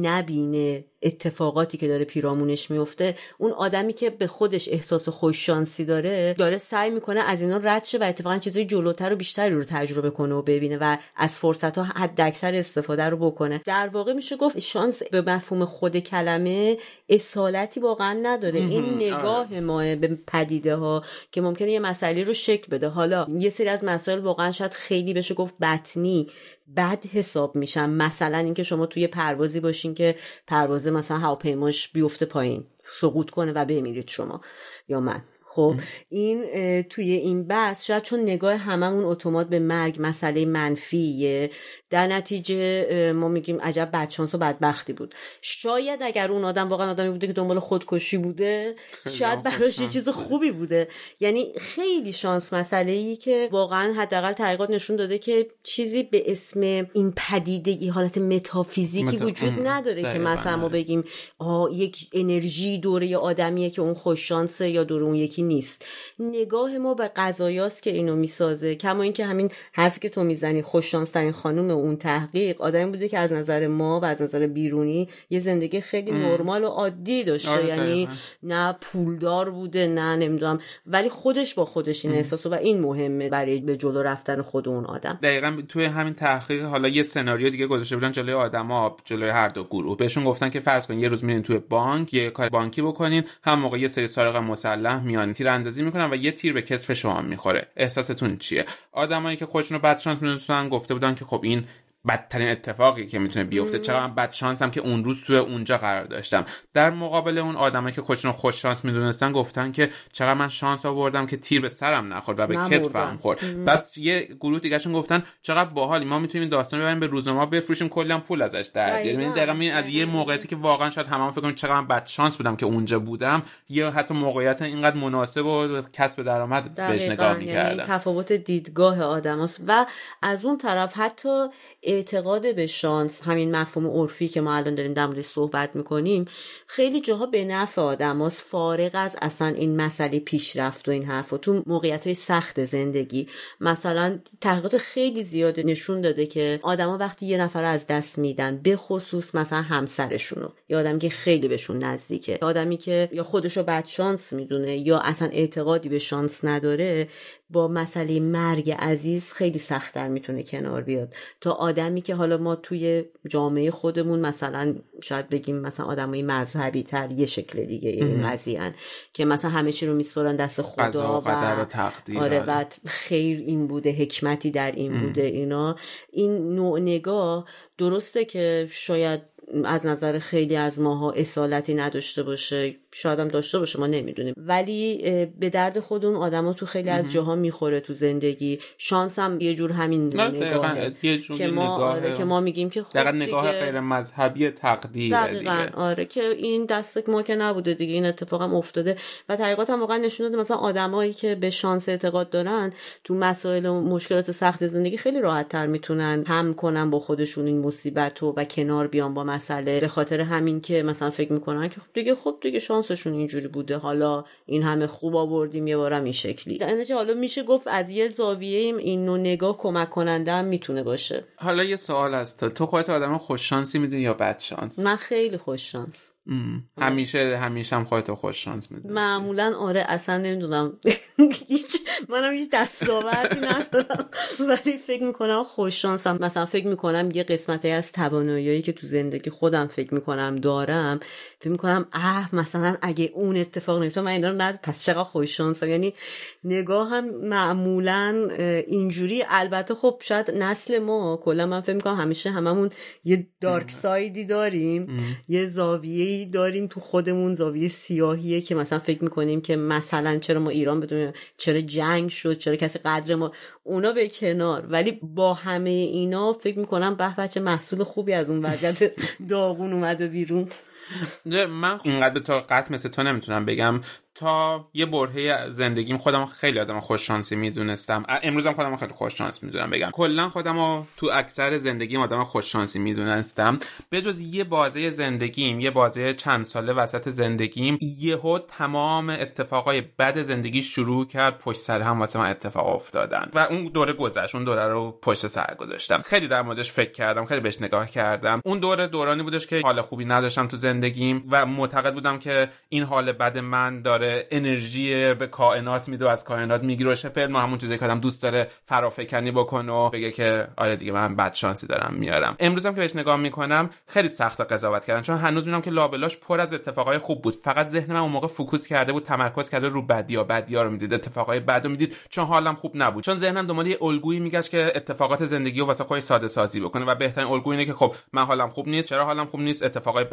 نبینه اتفاقاتی که داره پیرامونش میفته، اون آدمی که به خودش احساس خوش شانسی داره داره سعی میکنه از اینا رد شه و اتفاقا چیزای جلوتر و بیشتری رو تجربه کنه و ببینه و از فرصت‌ها حداکثر استفاده رو بکنه. در واقع میشه گفت شانس به مفهوم خود کلمه اصالتی واقعا نداره. این نگاه ما به پدیده ها که ممکنه یه مسئله رو شکل بده. حالا یه سری از مسائل واقعا شاید خیلی بشه گفت بطنی بد حساب میشن، مثلا اینکه شما توی پروازی باشین که پرواز مثلا هواپیماش بیفته پایین، سقوط کنه و بمیرید شما یا من. خب این توی این بحث شاید چون نگاه هممون اتومات به مرگ مسئله منفیه، در نتیجه ما میگیم عجب بدشانس و بدبختی بود. شاید اگر اون آدم واقعا آدمی بوده که دنبال خودکشی بوده شاید براش یه چیز خوبی بوده. یعنی خیلی شانس مسئله‌ای که واقعا حداقل تحقیقات نشون داده که چیزی به اسم این پدیدگی حالت متافیزیکی متا... وجود نداره که مثلا ما بگیم آه یک انرژی دوره آدمیه که اون خوش شانسه یا دوره اون یکی نیست. نگاه ما به قضایاست که اینو میسازه. کما اینکه همین حرفی که تو میزنی خوش شانس ترین خانم اون تحقیق آدمی بوده که از نظر ما و از نظر بیرونی یه زندگی خیلی ام. نرمال و عادی داشته. آره یعنی نه پولدار بوده نه نمیدونم، ولی خودش با خودش این احساسو و این مهمه برای به جلو رفتن خود اون آدم. دقیقاً توی همین تحقیق حالا یه سناریو دیگه گذاشته بودن جلوی آدما، جلوی هر دو گروه. بهشون گفتن که فرض کن یه روز میرین توی بانک یه کار بانکی بکنین، هم موقع یه سری سارق مسلح میان تیراندازی میکنن و یه تیر به کتف شما میخوره، احساستون چیه؟ آدمایی که خودشونو بد شانس میدونستن گفته بودن که خب این بدترین اتفاقی که میتونه بیفته، چقدر من بد شانسم که اون روز توی اونجا قرار داشتم. در مقابل اون آدمایی که خودشون خوش شانس میدونستن گفتن که چقدر من شانس آوردم که تیر به سرم نخورد و به کتفم خورد. بعد یه گروه دیگه‌شون گفتن چقدر باحال ما میتونیم داستان ببریم به روزنامه بفروشیم کلی پول ازش در بیاریم. یعنی دقیقاً این از یه موقعیتی که واقعا شاید هممون فکر کنیم چقدر من بد شانس بودم که اونجا بودم، یا حتی موقعیت اینقدر مناسب و کسب درآمد بهش نگاه می‌کردن. یعنی تفاوت دیدگاه آدماست. و از اون طرف حتی اعتقاد به شانس، همین مفهوم عرفی که ما الان داریم در موردش صحبت میکنیم، خیلی جاها به نفع آدماست، فارغ از اصلا این مسئله پیشرفت و این حرفا. تو موقعیت‌های سخت زندگی مثلا تحقیقات خیلی زیاد نشون داده که آدما وقتی یه نفر از دست میدن، به خصوص مثلا همسرشونو یا آدمی که خیلی بهشون نزدیکه، آدمی که یا خودشو بد شانس میدونه یا اصلا اعتقادی به شانس نداره، با مسئله مرگ عزیز خیلی سخت‌تر میتونه کنار بیاد تا آدمی که حالا ما توی جامعه خودمون مثلا شاید بگیم مثلا آدمای مذهبی تر یه شکل دیگه این قضیه‌ان که مثلا همه چی رو میسپارن دست خدا و قدر و تقدیر. آره بعد خیر این بوده، حکمتی در این ام. بوده. اینا این نوع نگاه درسته که شاید از نظر خیلی از ماها اصالتی نداشته باشه، شاید هم داشته باشه ما نمیدونیم، ولی به درد خود اون آدما تو خیلی از جاها میخوره تو زندگی. شانس هم یه جور همین نگاهه که ما آره که ما میگیم که خب دقیقاً نگاه غیر مذهبی تقدیر دیگه. آره که این دست ما که نبوده دیگه، این اتفاق هم افتاده. و تحقیقات هم واقعا نشون داده مثلا آدمایی که به شانس اعتقاد دارن تو مسائل و مشکلات سخت زندگی خیلی راحت تر میتونن هم کنن با خودشون این مصیبت و, و کنار بیان با مسئله، به خاطر همین که مثلا فکر میکنن که خب دیگه خب دیگه شانسشون اینجوری بوده، حالا این همه خوب آوردیم یه بارم این شکلی. یعنی حالا میشه گفت از یه زاویه این نوع نگاه کمک کننده هم میتونه باشه. حالا یه سوال هست، تو خودت آدم خوش شانسی میدونی یا بد شانس؟ من خیلی خوش شانس. همیشه همیشه هم خودتو خوش شانس میدونی؟ معمولا آره، اصلا نمیدونم هیچ منم هیچ دستاوردی ندارم ولی فکر میکنم خوش شانسم. مثلا فکر میکنم یه قسمتی از تواناییایی که تو زندگی خودم فکر میکنم دارم، فکر میکنم اه مثلا اگه اون اتفاق نمیفته من اینا رو ند پس چقدر خوش شانسم. یعنی نگاه هم معمولا اینجوری. البته خب شاید نسل ما کلا من فکر میکنم همیشه هممون یه دارک سایدی داریم ام. یه زاویه داریم تو خودمون، زاویه سیاهیه که مثلا فکر میکنیم که مثلا چرا ما ایران بدونیم، چرا جنگ شد، چرا کسی قدر ما، اونا به کنار. ولی با همه اینا فکر میکنم به بچه محصول خوبی از اون وضعیت داغون اومده بیرون. من اینقدر به طور قطع مثل تو نمیتونم بگم. تا یه برهه زندگیم خودم خیلی آدم خوش شانسی میدونستم، امروز هم خودم خیلی خوش شانس میدونم بگم. کلا خودمو تو اکثر زندگیم آدم خوش شانسی میدونستم، به جز یه بازه زندگیم، یه بازه چند ساله وسط زندگیم، یهو تمام اتفاقای بد زندگی شروع کرد پشت سر هم واسه من اتفاق افتادن و اون دوره گذشت، اون دوره رو پشت سر گذاشتم. خیلی در موردش فکر کردم، خیلی بهش نگاه کردم. اون دوره دورانی بودش که حال خوبی نداشتم تو زندگیم و معتقد بودم که این حال بد من داره انرژی به کائنات میده و از کائنات میگیره و شپل ما همون چیزی که آدم دوست داره فرافکنی بکنه و بگه که آره دیگه من بد شانسی دارم میارم. امروزم که بهش نگاه میکنم خیلی سخت قضاوت کردن، چون هنوز میبینم که لابلاش پر از اتفاقای خوب بود، فقط ذهن من اون موقع فوکوس کرده بود، تمرکز کرده رو بدیا بدیا رو میدید، اتفاقای بد رو میدید، چون حالم خوب نبود، چون ذهنم دنبال یه الگویی میگشت که اتفاقات زندگی رو واسه خودش ساده سازی بکنه و بهترین الگویی اینه که خب من حالم خوب نیست، چرا حالم خوب نیست؟ اتفاقای بد داره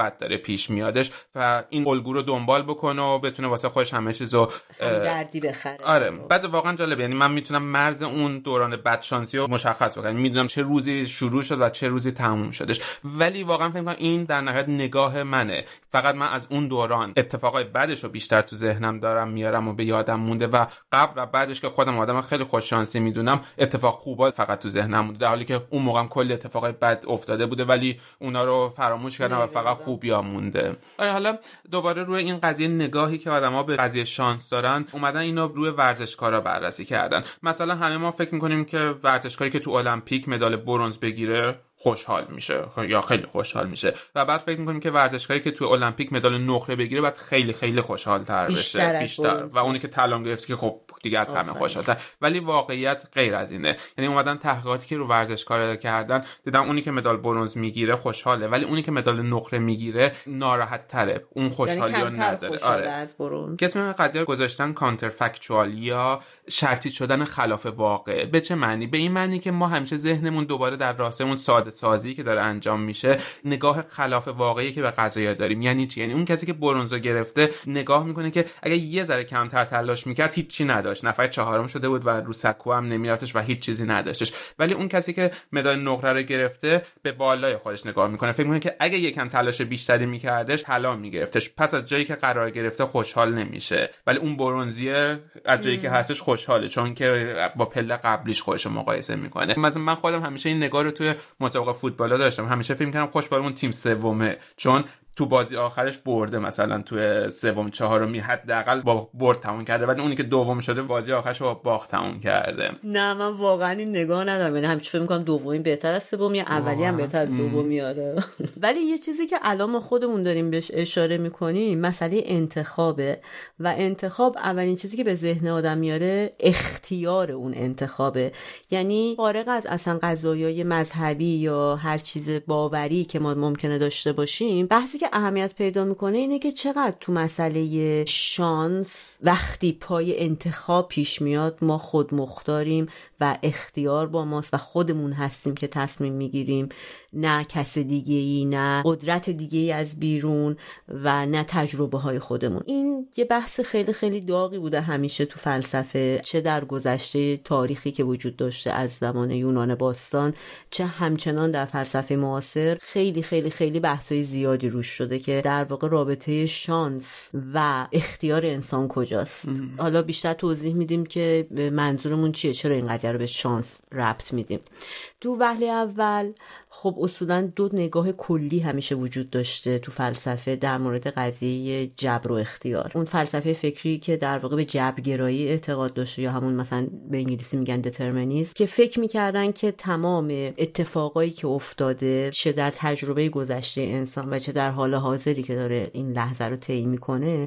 پیش میادش و این الگو رو دنبال بکنه و بتونه واسه خودش همه چیزو همدردی بخره. آره بعد واقعا جالبه، یعنی من میتونم مرز اون دوران بدشانسی رو مشخص بکنم، میدونم چه روزی شروع شد و چه روزی تموم شدش، ولی واقعا فکر می‌کنم این در نهایت نگاه منه، فقط من از اون دوران اتفاقای بعدش رو بیشتر تو ذهنم دارم میارم و به یادم مونده و قبل و بعدش که خودم آدم خیلی خوش شانسی میدونم اتفاق خوبا فقط تو ذهنم مونده، در حالی که اون موقعم کلی اتفاقای بد افتاده بوده ولی اونا رو فراموش کردم و فقط خوبیا مونده. آره حالا دوباره روی این قضیه نگاهی که آدما به قضیه شانس دارن اومدن اینو روی ورزشکارا بررسی کردن. مثلا همه ما فکر میکنیم که ورزشکاری که تو المپیک مدال برنز بگیره خوشحال میشه یا خیلی خوشحال میشه و بعد فکر میکنیم که ورزشکاری که تو المپیک مدال نقره بگیره بعد خیلی خیلی خوشحال تر بشه بیشتر, بیشتر. و اونی که طلا گرفت که خب دیگه از همه خوشحال‌تر، ولی واقعیت غیر از اینه. یعنی اومدن تحقیقاتی که رو ورزشکارا کردن دیدن اونی که مدال برنز میگیره خوشحاله ولی اونی که مدال نقره میگیره ناراحت تره، اون خوشحالی رو نداره. آره از برنز. اسم قضیه رو گذاشتن کانترفکچوال یا شرطی شدن خلاف واقع. به چه معنی؟ به این معنی که ما همیشه ذهنمون دوباره در راستای اون ساده سازی که داره انجام میشه نگاه خلاف واقعی که به قضایا داریم. یعنی چی؟ یعنی اون کسی که برنزو گرفته نگاه میکنه که اگه یه ذره کمتر تلاش میکرد هیچی نداشت، نفر چهارم شده بود و رو سکو هم نمیرفتش و هیچ چیزی نداشتش، ولی اون کسی که مدال نقره رو گرفته به بالای خودش نگاه میکنه، فکر میکنه که اگه یکم تلاش بیشتری میکردش طلا میگرفتش، پس از جایی که قرار گرفته خوشحال نمیشه، ولی اون برنزیه از جایی که هستش خوشحاله چون که با پله قبلیش خودش رو مقایسه میکنه. مثلا من خودم همیشه این نگاه رو توی مسابقه فوتبال داشتم، همیشه فکر می‌کردم خوشبال اون تیم سومه چون تو بازی آخرش برده، مثلا تو سوم چهارمی حداقل با برد تموم کرده، ولی اونی که دوم شده بازی آخرش با باخت تموم کرده. نه من واقعا این نگاه ندارم، یعنی همیشه فکر می‌کنم دومی بهتر از سومی، اولی هم بهتر از دومی. آره ولی یه چیزی که الان ما خودمون داریم بهش اشاره می‌کنیم مسئله انتخابه و انتخاب اولین چیزی که به ذهن آدم میاره اختیار اون انتخابه. یعنی فارغ از اصلا قضایای مذهبی یا هر چیز باوری که ما ممکنه داشته باشیم، بحثی که اهمیت پیدا میکنه اینه که چقدر تو مسئله شانس وقتی پای انتخاب پیش میاد ما خود مختاریم و اختیار با ماست و خودمون هستیم که تصمیم میگیریم، نه کس دیگه ای، نه قدرت دیگه ای از بیرون و نه تجربه های خودمون. این یه بحث خیلی خیلی داغی بوده همیشه تو فلسفه، چه در گذشته تاریخی که وجود داشته از زمان یونان باستان، چه همچنان در فلسفه معاصر خیلی خیلی خیلی بحثای زیادی روش شده که در واقع رابطه شانس و اختیار انسان کجاست. حالا بیشتر توضیح میدیم که منظورمون چیه، چرا این قضیه رو به شانس ربط میدیم. تو وهله اول خب اصولا دو نگاه کلی همیشه وجود داشته تو فلسفه در مورد قضیه جبر و اختیار. اون فلسفه فکری که در واقع به جبرگرایی اعتقاد داشته یا همون مثلا به انگلیسی میگن دترمینیسم، که فکر میکردن که تمام اتفاقایی که افتاده چه در تجربه گذشته انسان و چه در حال حاضری که داره این لحظه رو طی میکنه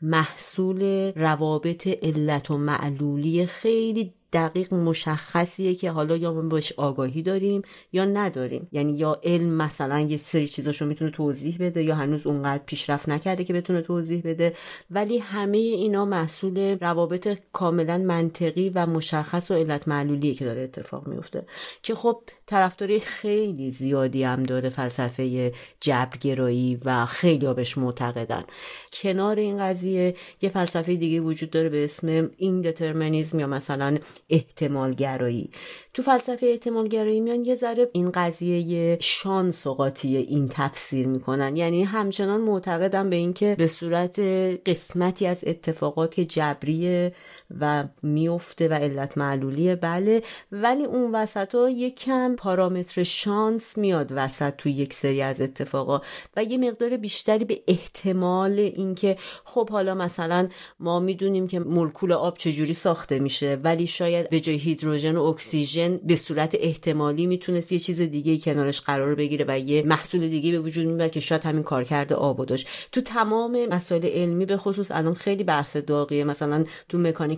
محصول روابط علت و معلولی خیلی دقیق مشخصیه که حالا یا ما بهش آگاهی داریم یا نداریم. یعنی یا علم مثلا یه سری چیزاشو میتونه توضیح بده یا هنوز اونقدر پیشرفت نکرده که بتونه توضیح بده، ولی همه اینا محصول روابط کاملا منطقی و مشخص و علت معلولیه که داره اتفاق میفته، که خب طرفداری خیلی زیادی هم داره فلسفه جبرگرایی و خیلی ها بهش معتقدن. کنار این قضیه یه فلسفه دیگه وجود داره به اسم ایندترمینیسم یا مثلا احتمال گرایی. تو فلسفه احتمال گرایی میان یه ذره این قضیه شانس و قاطی این تفسیر میکنن، یعنی همچنان معتقدن به این که به صورت قسمتی از اتفاقات که جبریه و میفته و علت معلولیه، بله، ولی اون وسط ها یکم پارامتر شانس میاد وسط توی یک سری از اتفاقا و یه مقدار بیشتری به احتمال این که خب حالا مثلا ما میدونیم که مولکول آب چجوری ساخته میشه، ولی شاید به جای هیدروژن و اکسیژن به صورت احتمالی میتونست یه چیز دیگه کنارش قرار بگیره و یه محصول دیگه به وجود میاد که شاید همین کارکرد آبو داشت. تو تمام مسائل علمی به خصوص الان خیلی بحث داغیه، مثلا تو مکانیک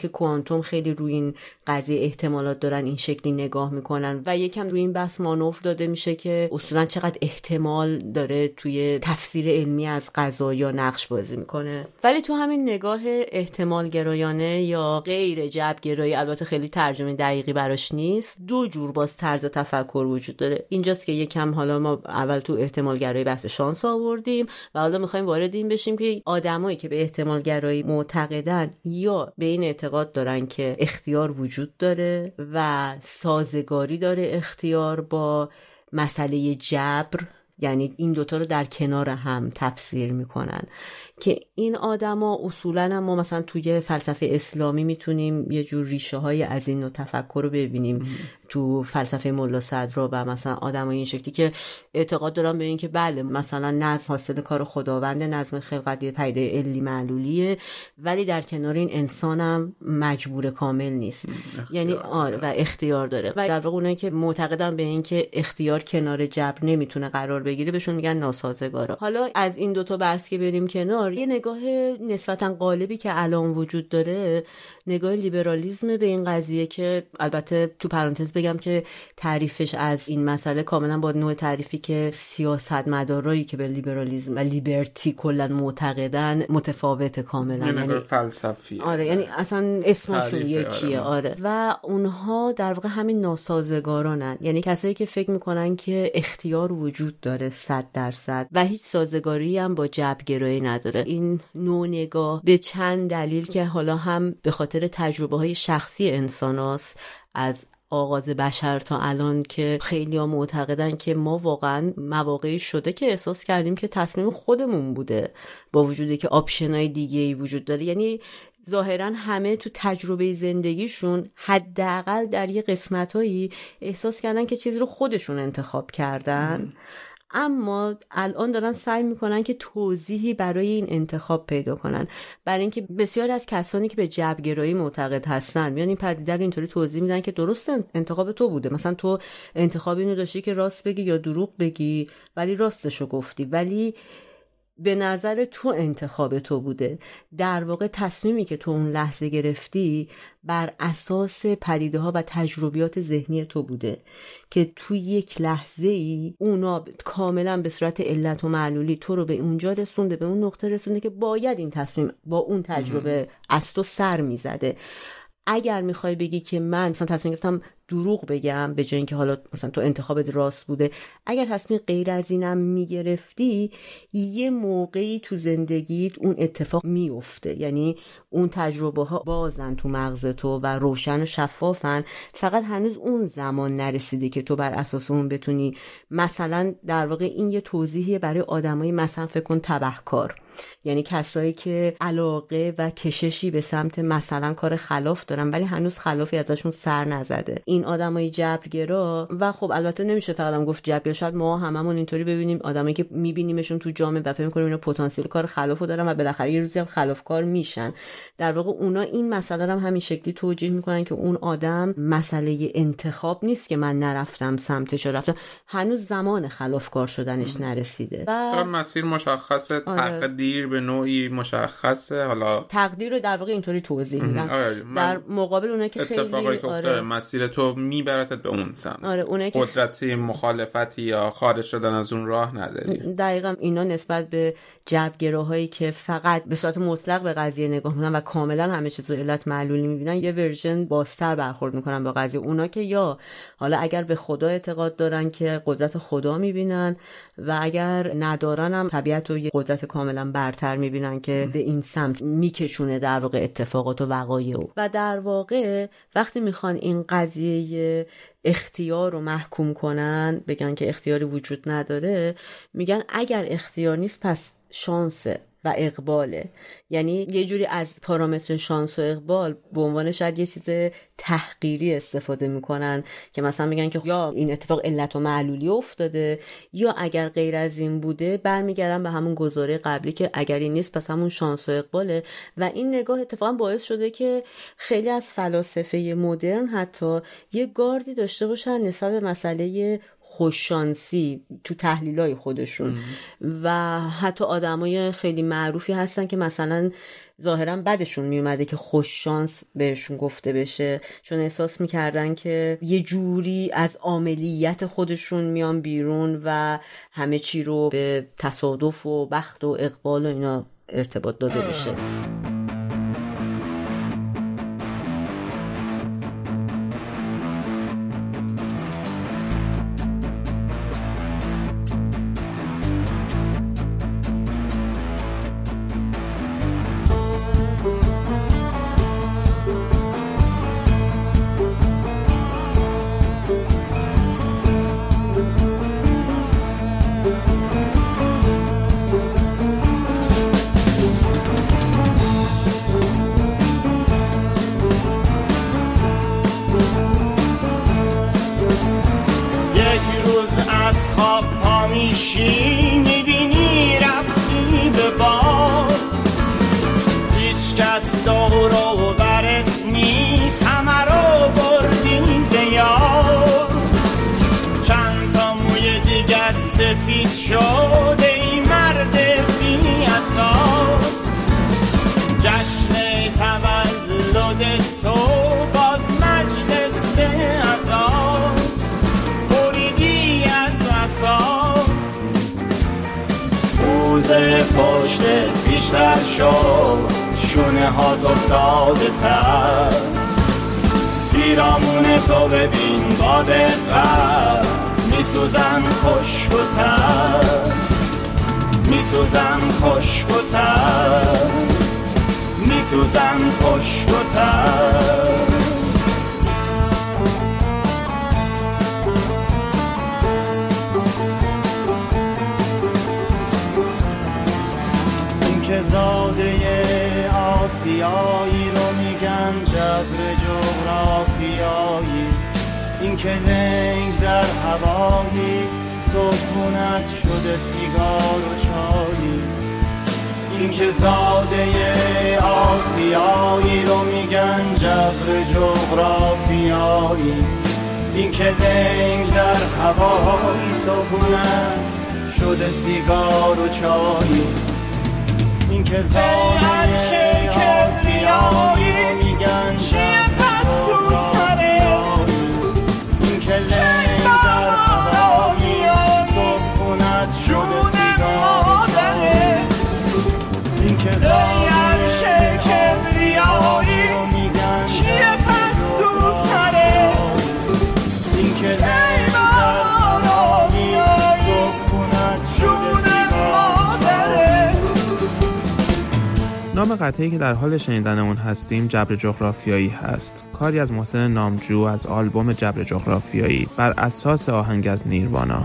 فیزیک کوانتوم خیلی روی این قضیه احتمالات دارن این شکلی نگاه میکنن و یکم روی این بحث مانور داده میشه که اصولا چقدر احتمال داره توی تفسیر علمی از قضا یا نقش بازی میکنه. ولی تو همین نگاه احتمال گرایانه یا غیر جبر گرایی، البته خیلی ترجمه دقیقی براش نیست، دو جور باز طرز تفکر وجود داره. اینجاست که یکم حالا ما اول تو احتمال گرایی بحث شانس آوردیم و حالا میخوایم وارد این بشیم که آدمایی که به احتمال گرایی معتقدن یا به این اعتقاد دارن که اختیار وجود داره و سازگاری داره اختیار با مسئله جبر، یعنی این دوتا رو در کنار هم تفسیر میکنن که این آدما اصولا ما مثلا توی فلسفه اسلامی میتونیم یه جور ریشه های از این نوع تفکر رو ببینیم ام. تو فلسفه ملا صدرا و مثلا آدمای این شکلی که اعتقاد دارن به این که بله مثلا نظم حاصل کار خداوند، نظم خلقتی پدیده علی معلولیه، ولی در کنار این انسانم مجبور کامل نیست، یعنی آره و اختیار داره. و در واقع اونایی که معتقدن به این که اختیار کنار جبر نمیتونه قرار بگیره بهشون میگن ناسازگارا. حالا از این دوتا بحث که بریم کنار، یه نگاه نسبتا غالبی که الان وجود داره نگاه لیبرالیسم به این قضیه که البته تو پرانتز بگم که تعریفش از این مسئله کاملا با نوع تعریفی که سیاستمدارایی که به لیبرالیسم و لیبرتی کلا معتقدن متفاوته کاملا، یعنی فلسفی. آره یعنی اصلا اسمشون یکیه. آره. آره و اونها در واقع همین ناسازگارانن، یعنی کسایی که فکر میکنن که اختیار وجود داره صد درصد و هیچ سازگاری هم با جبرگرایی نداره. این نوع نگاه به چند دلیل که حالا هم به خاطر تجربه های شخصی انساناست از آغاز بشر تا الان که خیلی ها معتقدن که ما واقعا مواقعی شده که احساس کردیم که تصمیم خودمون بوده با وجودی که آپشنای دیگه‌ای وجود داره. یعنی ظاهرا همه تو تجربه زندگیشون حداقل در یه قسمتایی احساس کردن که چیزی رو خودشون انتخاب کردن م. اما الان دارن سعی میکنن که توضیحی برای این انتخاب پیدا کنن، برای اینکه بسیاری از کسانی که به جبرگرایی معتقد هستن میان این پدیده رو اینطوری توضیح میدن که درست انتخاب تو بوده، مثلا تو انتخاب اینو داشتی که راست بگی یا دروغ بگی ولی راستشو گفتی، ولی به نظر تو انتخاب تو بوده. در واقع تصمیمی که تو اون لحظه گرفتی بر اساس پدیده ها و تجربیات ذهنی تو بوده که تو یک لحظه ای اونا کاملا به صورت علت و معلولی تو رو به اونجا رسونده، به اون نقطه رسونده که باید این تصمیم با اون تجربه از تو سر میزده. اگر میخوای بگی که من مثلا تصمیم گرفتم دروغ بگم به جای اینکه حالا مثلا تو انتخابت راست بوده، اگر تصمیم غیر از اینم میگرفتی یه موقعی تو زندگیت اون اتفاق میفته، یعنی اون تجربه ها بازن تو مغز تو و روشن و شفافن، فقط هنوز اون زمان نرسیده که تو بر اساس اون بتونی مثلا در واقع این یه توضیحیه برای آدمایی مثلا فکر کن تبهکار، یعنی کسایی که علاقه و کششی به سمت مثلا کار خلاف دارن ولی هنوز خلافی ازشون سر نزده. این آدمای جبرگرا و خب البته نمیشه فقط هم گفت جبرگرا، شاید ما هممون اینطوری ببینیم آدمایی که میبینیمشون تو جامعه و فکر می‌کنیم اینا پتانسیل کار خلافو دارن و بالاخره یه روزی هم خلافکار میشن. در واقع اونا این مسئله رو هم همین شکلی توجیه میکنن که اون آدم مسئله انتخاب نیست که من نرفتم سمتش، رفتم هنوز زمان خلافکار شدنش نرسیده و مسیر مشخصه، تقدیر به نوعی مشخصه. حالا تقدیر رو در واقع اینطوری توضیح میدن در مقابل اونایی که خیلی اتفاقی که افتاده مسیر تو میبرتت به اون سمت. آره اونایی که قدرتی مخالفتی یا خارج شدن از اون راه نداری. دقیقاً اینا نسبت به جبرگراهایی که فقط به صورت مطلق به قضیه نگاه میکنن و کاملا همه چیز رو علت معلولی میبینن یه ورژن بازتر برخورد میکنن با قضیه. اونا که یا حالا اگر به خدا اعتقاد دارن که قدرت خدا میبینن و اگر ندارن هم طبیعت رو یه قدرت کاملا برتر میبینن که به این سمت میکشونه در واقع اتفاقات و وقایع. و در واقع وقتی میخوان این قضیه اختیار رو محکوم کنن، بگن که اختیاری وجود نداره، میگن اگر اختیار نیست پس شانسه و اقباله. یعنی یه جوری از پارامتر شانس و اقبال به عنوان شاید یه چیز تحقیری استفاده میکنن که مثلا میگن که یا این اتفاق علت و معلولی افتاده یا اگر غیر از این بوده برمیگردن به همون گزاره قبلی که اگر این نیست پس همون شانس و اقباله. و این نگاه اتفاقا باعث شده که خیلی از فلاسفه مدرن حتی یه گاردی داشته باشن نسبت به مسئله خوششانسی تو تحلیلای خودشون ام. و حتی آدمای خیلی معروفی هستن که مثلا ظاهرا بدشون میومده که خوش شانس بهشون گفته بشه، چون احساس میکردن که یه جوری از عاملیت خودشون میان بیرون و همه چی رو به تصادف و بخت و اقبال و اینا ارتباط داده بشه. میبینی رفتی به بار، هیچ کس دور و برت نیست، همه رو بردی زیاد. چند تا موی دیگت سفید شده ای مرد بی اساس، جشن تولد تو باز مجلس عزاست، بریدی از اساس. روزه پشتت بیشتر شد، شونه هات افتاده تر، پیرامون تو ببین با دقت، میسوزن خشک و تر، میسوزن خشک و تر، میسوزن خشک و تر. که زاده آسیایی رو میگن جبر جغرافیایی، این که لنگ در هوایی سکونت شده سیگار و چایی. این که زاده آسیایی رو میگن جبر جغرافیایی، این که لنگ در هوایی سکونت شده سیگار و چایی. این که زاده آسیایی میگن چیه پس تو سره، این که لنگ در هوایی سکونت شده سیگار و چایی. این که زاده آسیایی میگن چیه پس تو سره، این که لنگ در هوایی سکونت شده سیگار و چایی. نام قطعی که در حال شنیدن اون هستیم جبر جغرافیایی هست، کاری از محسن نامجو از آلبوم جبر جغرافیایی بر اساس آهنگ از نیروانا.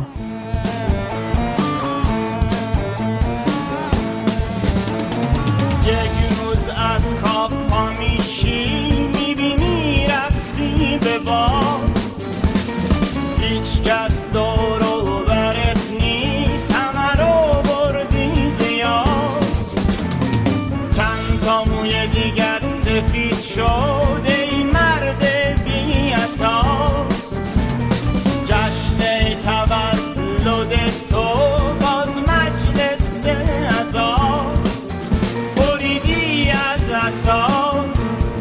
یک روز از خواب پا میشی میبینی رفتی به باد، هیچ کس دور و برت نیست، همه رو بردی زیاد. چند تا موی دیگت سفید شده ای مرد بی اساس، جشن تولد تو باز مجلس عزاست، بریدی از اساس.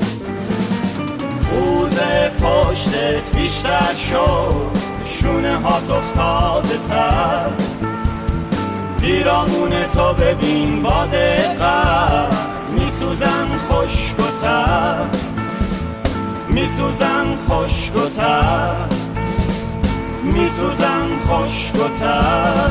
روز پشتت بیشتر شد، شونه هات افتاده تر، پیرامون تو ببین با دقت، میسوزن خشک و تر، میسوزن خشک و تر، میسوزن خشک و تر.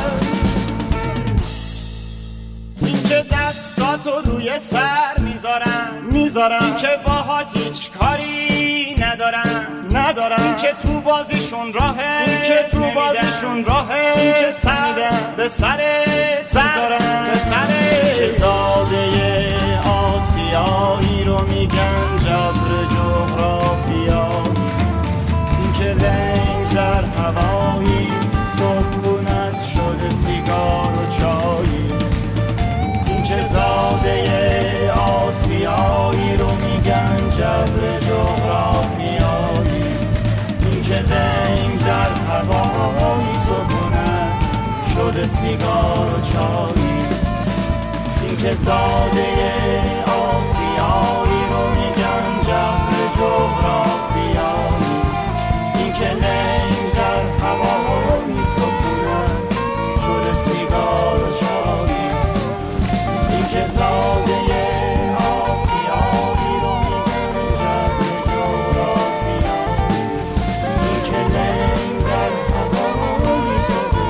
این که دستاتو روی سر میذارن میذارن، این که باهات هیچ کاری ندارن ندارن، این که تو بازیشون راهه این که تو بازیشون راهه، این که سر به سر سر به سر. که زاده آسیایی رو میگن جبر جغرافیایی، این که لنگ در هوایی سکونت شده سیگار و چایی. این که زاده آسیایی رو میگن جبر جغرافیایی، این که لنگ در هوایی سکونت شده سیگار و چایی. این که زاده آسیایی آسیایی رو میگن جبر جغرافیایی. این که لنگ در هوایی سکونت شده سیگار و چایی. این که زاده آسیایی رو میگن جبر جغرافیایی. این که لنگ در هوایی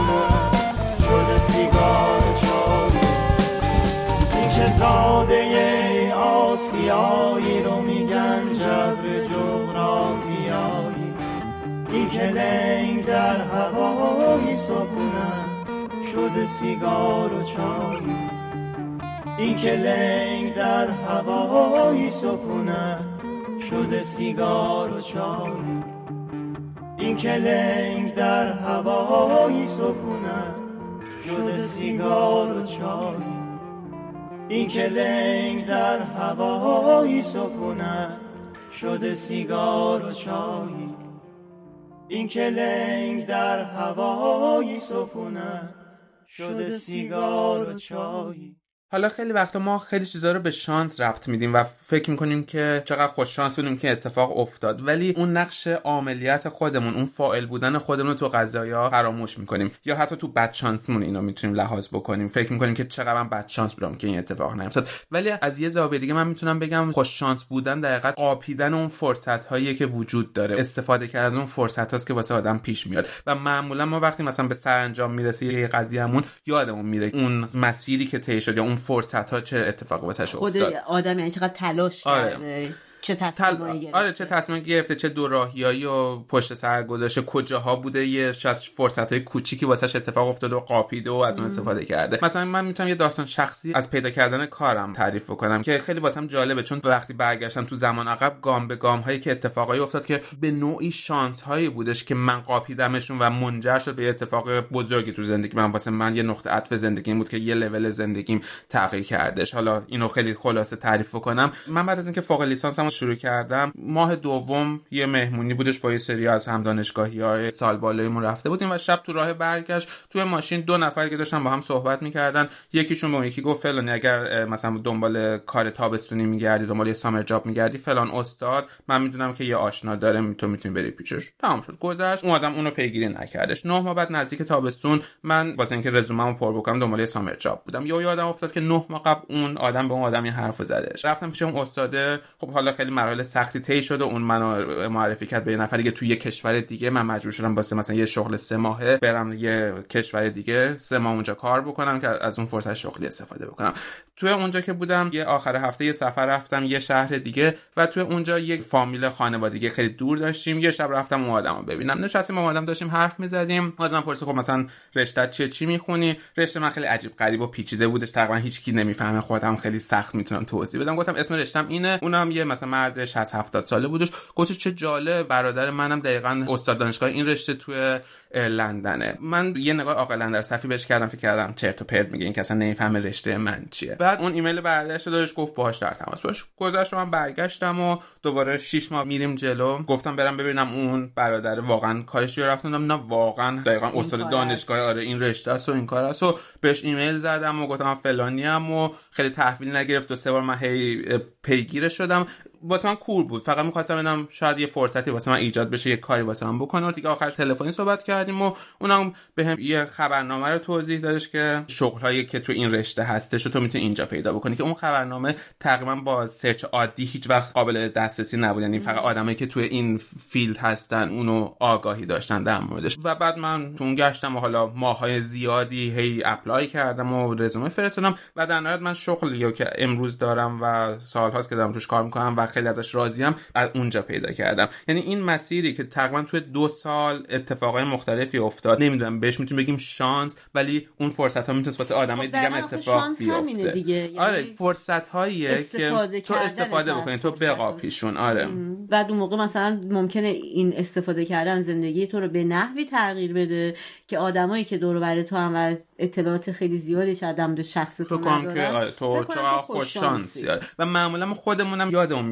سکونت شده سیگار و چایی. این که زاده آسیایی رو میگن جبر جغرافیایی. این که لنگ در هوایی سکونت شده سیگار و چایی. این که لنگ در هوایی سکونت شده سیگار و چایی. این که لنگ در هوایی سکونت شده سیگار و چایی. این که لنگ در هوایی سکونت شده سیگار و چایی. این که لنگ در هوایی سکونت شده سیگار و چایی. حالا خیلی وقتا ما خیلی چیزا رو به شانس ربط میدیم و فکر میکنیم که چقدر خوش شانس بودیم که اتفاق افتاد، ولی اون نقش عاملیت خودمون، اون فاعل بودن خودمون رو تو قضایا فراموش میکنیم، یا حتی تو بد شانسمون اینو میتونیم لحاظ بکنیم. فکر میکنیم که چقدر من بد شانس بودم که این اتفاق نیفتاد، ولی از یه زاویه دیگه من میتونم بگم خوش شانس بودن در حقیقت قاپیدن اون فرصت هایی که وجود داره، استفاده کردن از اون فرصت هاست که واسه آدم پیش میاد. و معمولا ما وقتی مثلا به سرانجام میرسه یه قضیهمون، یادمون میره اون مسیری که طی شد یا اون فرصت ها چه اتفاقی واسش افتاد. خود آدم یعنی چقدر تلاش آره. کرده، چه تصمیمایی گرفته. آره چه تصمیم گرفته، چه دو راهیایی و پشت سر گذاشته، کجاها بوده یه شاید فرصت‌های کوچیکی واسش اتفاق افتاده و قاپیده و از اون استفاده کرده. مثلا من میتونم یه داستان شخصی از پیدا کردن کارم تعریف بکنم که خیلی واسم جالبه، چون وقتی برگشتم تو زمان عقب، گام به گام هایی که اتفاقایی افتاد که به نوعی شانس هایی بودش که من قاپیدمشون و منجر شد به اتفاق بزرگی تو زندگی من. واسه من یه نقطه عطف زندگیم بود که یه لول زندگیم تغییر کردش. حالا اینو خیلی خلاصه تعریف کنم، من بعد از اینکه فوق لیسانسمو شروع کردم، ماه دوم یه مهمونی بودش با یه سری از هم دانشگاهی‌های سال بالایمون رفته بودیم و شب تو راه برگشت توی ماشین دو نفر که داشتن با هم صحبت می‌کردن، یکیشون به اون یکی گفت فلانی اگر مثلا دنبال کار تابستونی می‌گردی، دنبال یه سامر جاب می‌گردی، فلان استاد من میدونم که یه آشنا داره، تو میتونی بری پیشش. تمام شد، گذشت. اون آدم اونو پیگیری نکردش. نه ماه بعد نزدیک تابستون من واسه اینکه رزومه‌مو پر بکنم دنبال یه سامر جاب بودم. یا یادم افتاد که نه ماه قبل اون آدم به اون آدم یه حرف زدش. رفتم پیش اون استاد. خب حالا خیلی مراحل سختی طی شد و اون منو معرفی کرد به یه نفری که توی یه کشور دیگه. من مجبور شدم واسه مثلا یه شغل سه ماهه برم یه کشور دیگه، سه ماه اونجا کار بکنم که از اون فرصت شغلی استفاده بکنم. توی اونجا که بودم یه آخر هفته یه سفر رفتم یه شهر دیگه و توی اونجا یک فامیل خانوادگی خیلی دور داشتیم. یه شب رفتم اون آدمو ببینم. نشستیم با آدم داشتیم حرف می‌زدیم. ازم پرسید خب مثلا رشته چیه، چی می‌خونی؟ رشته من خیلی عجیب غریب و پیچیده بودش، تقریبا هیچ کی نمی‌فهمه، خودم خیلی سخت میتونم توضیح بدم. گفتم اسم رشته‌م اینه. اونم یه مثلا مرد شصت هفتاد ساله بودش. گفتش چه جالب، برادر منم دقیقاً استاد دانشگاه این رشته توی لندنه. من یه نگاه عاقلانه در صفی بهش کردم، فکر کردم چرت و پرت میگه، این که اصلا نمیفهمه رشته من چیه. بعد اون ایمیل برادرش دادش، گفت باهاش در تماس باش. گذشت من برگشتم و دوباره شش ماه میریم جلو. گفتم برم ببینم اون برادر واقعا کارش رو رفتم، نه واقعا دقیقاً استاد دانشگاه آره این رشته است و این کار است. و بهش ایمیل زدم و گفتم فلانی ام و خیلی تحویل نگرفت و سه بار من هی پیگیر شدم. واسه من کور بود، فقط می‌خواستم ببینم شاید یه فرصتی واسه من ایجاد بشه، یه کاری واسه من بکنه. و دیگه آخرش تلفنی صحبت کردیم و اونم بهم یه خبرنامه رو توضیح دادش که شغلایی که تو این رشته هستش تو میتونی اینجا پیدا بکنی، که اون خبرنامه تقریبا با سرچ عادی هیچ وقت قابل دسترسی نبود، یعنی فقط آدمایی که تو این فیلد هستن اونو آگاهی داشتن در موردش. و بعد من تو اون گشتم و حالا ماهای زیادی هی اپلای کردم و رزومه فرستادم و در نهایت من شغلی که امروز دارم و سال‌هاست که دارم توش کار می‌کنم و خیلی ازش راضیم از اونجا پیدا کردم. یعنی این مسیری که تقریبا توی دو سال اتفاقای مختلفی افتاد، نمیدونم بهش میتونیم بگیم شانس، ولی اون فرصت ها میتونه واسه آدمای دیگه هم اتفاق بیفته. یعنی آره فرصت هاییه که تو استفاده بکنی، تو بقاپیشون. آره و اون موقع مثلا ممکنه این استفاده کردن زندگی تو رو به نحوی تغییر بده که آدمایی که دور و بر تو هم و اطلاعات خیلی زیادی شدم به شخص تو ندارن، تو چقدر خوش شانسی. و معمولا خودمونم یادمون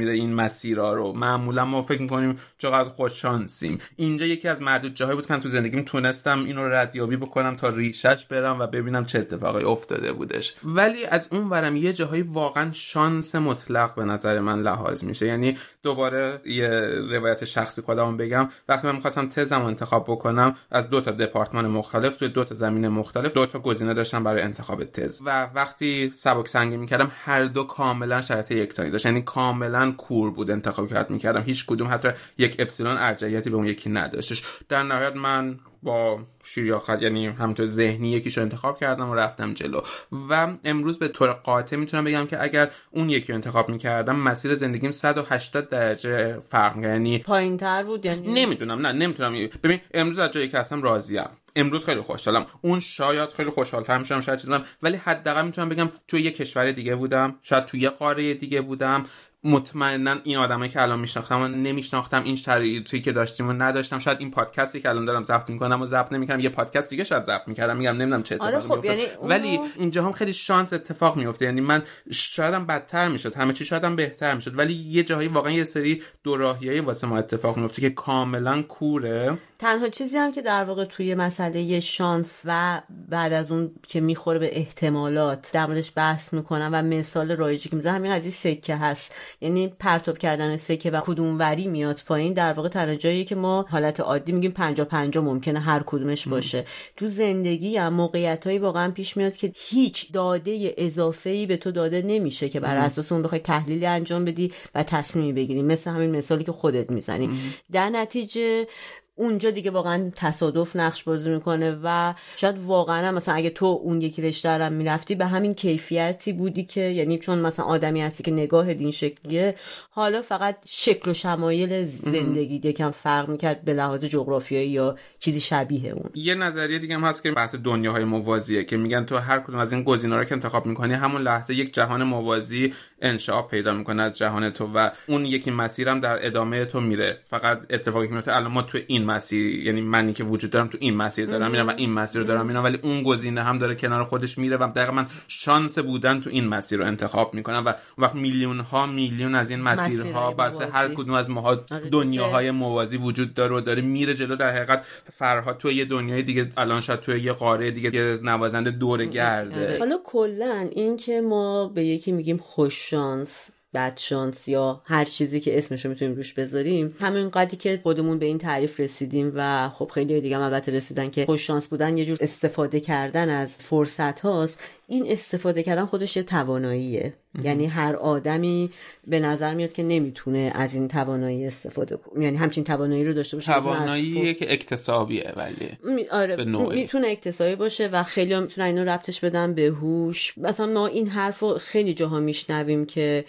میره این مسیرها رو. معمولا ما فکر میکنیم چقدر خوش شانسیم. اینجا یکی از معدود جاهایی بود که تو زندگیم تونستم اینو ردیابی بکنم تا ریشش برم و ببینم چه اتفاقی افتاده بودش. ولی از اون ورم یه جاهایی واقعا شانس مطلق به نظر من لحاظ میشه. یعنی دوباره یه روایت شخصی خودم بگم، وقتی من می‌خواستم تزم رو انتخاب بکنم از دو تا دپارتمان مختلف توی دو تا زمینه مختلف دو تا گزینه داشتم برای انتخاب تز و وقتی سبک سنگی می‌کردم هر دو کاملا شرایط یکتایی داشت، یعنی کاملا کور بود انتخاب کرد می‌کردم، هیچ کدوم حتی یک اپسیلون ارجحیتی به اون یکی نداشتش. در نهایت من با شیاخت یعنی همونطور ذهنی یکیشو انتخاب کردم و رفتم جلو و امروز به طور قاطع میتونم بگم که اگر اون یکی رو انتخاب میکردم مسیر زندگیم صد و هشتاد درجه فرق می‌کرد، یعنی پایین‌تر بود. یعنی نمیدونم، نه نمیتونم. ببین امروز از جایی که هستم راضیم، امروز خیلی خوشحالم، اون شاید خیلی خوشحال‌تر میشم، شاید چیزام، ولی حداقل میتونم بگم توی یه کشور دیگه بودم، شاید توی یه قاره دیگه بودم، مطمئنا این آدمایی که الان میشناختم و نمیشناختم، این شرایطی که داشتیم و نداشتم، شاید این پادکستی که الان دارم ضبط میکنم و ضبط نمیکردم یه پادکست دیگه شاید ضبط میکردم، میگم نمیدونم چه اتفاقی آره خب میفته. یعنی ولی اینجا هم خیلی شانس اتفاق میفته، یعنی من شایدم بدتر میشد، همه چی شایدم بهتر میشد، ولی یه جایی واقعا یه سری دو راهیایی واسه ما اتفاق میفته که کاملا کوره. تنها چیزی هم که در واقع توی مسئله شانس و بعد از اون که میخوره به احتمالات در موردش بحث میکنم و مثال رایجی که میزنم همین قضیه سکه هست، یعنی پرتاب کردن سکه و کدوم وری میاد پایین در واقع تنها جاییه که ما حالت عادی میگیم پنجاه پنجاه ممکنه هر کدومش باشه. ام. تو زندگی هم موقعیتایی واقعا پیش میاد که هیچ داده اضافه‌ای به تو داده نمیشه که بر اساس اون بخوای تحلیلی انجام بدی و تصمیمی بگیری، مثل همین مثالی که خودت میزنی. در نتیجه اونجا دیگه واقعا تصادف نقش بازی میکنه و شاید واقعا مثلا اگه تو اون یکی رشته رو میرفتی به همین کیفیتی بودی که، یعنی چون مثلا آدمی هستی که نگاه این شکلیه، حالا فقط شکل و شمایل زندگی یکم فرق میکرد به لحاظ جغرافیایی یا چیزی شبیه اون. یه نظریه دیگه هم هست که بحث دنیاهای موازیه که میگن تو هر کدوم از این گزینه‌ها رو که انتخاب میکنی همون لحظه یک جهان موازی انشعاب پیدا میکنه از جهان تو و اون یکی مسیرم در ادامه تو میره. فقط اتفاقی که میفته الان ما تو این مسیر، یعنی منی که وجود دارم تو این مسیر دارم میرم و این مسیر رو دارم میرم، ولی اون گزینه هم داره کنار خودش میره و دقیقاً من شانس بودن تو این مسیر رو انتخاب میکنم و وقت میلیون ها میلیون از این مسیرها واسه هر کدوم از ماها دنیاهای موازی وجود داره و داره میره جلو. در حقیقت فرهاد تو یه دنیای دیگه، الان شاید تو یه قاره دیگه که نوازنده دوره گرده. حالا کلا این که ما به یکی میگیم خوش شانس، بد شانس یا هر چیزی که اسمشو میتونیم روش بذاریم، همین قدری که خودمون به این تعریف رسیدیم و خب خیلی دیگه هم البته رسیدن که خوش شانس بودن یه جور استفاده کردن از فرصت هاست، این استفاده کردن خودش یه تواناییه. یعنی هر آدمی به نظر میاد که نمیتونه از این توانایی استفاده کنه، یعنی همچین توانایی رو داشته باشه. تواناییه که اکتسابیه، ولی می... آره میتونه اکتسابی باشه و خیلی ها میتونن اینو ربطش بدن به هوش. مثلا ما این حرفو خیلی جاها میشنویم که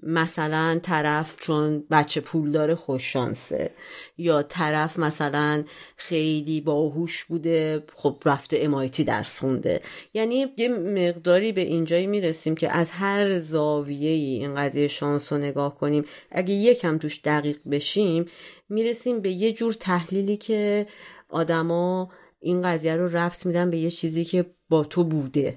مثلا طرف چون بچه پول داره خوش شانسه، یا طرف مثلا خیلی باهوش بوده خب رفته ام آی تی درس خونده. یعنی یه مقداری به اینجایی میرسیم که از هر زاویه‌ای این قضیه شانس رو نگاه کنیم، اگه یکم توش دقیق بشیم میرسیم به یه جور تحلیلی که آدما این قضیه رو ربط میدن به یه چیزی که با تو بوده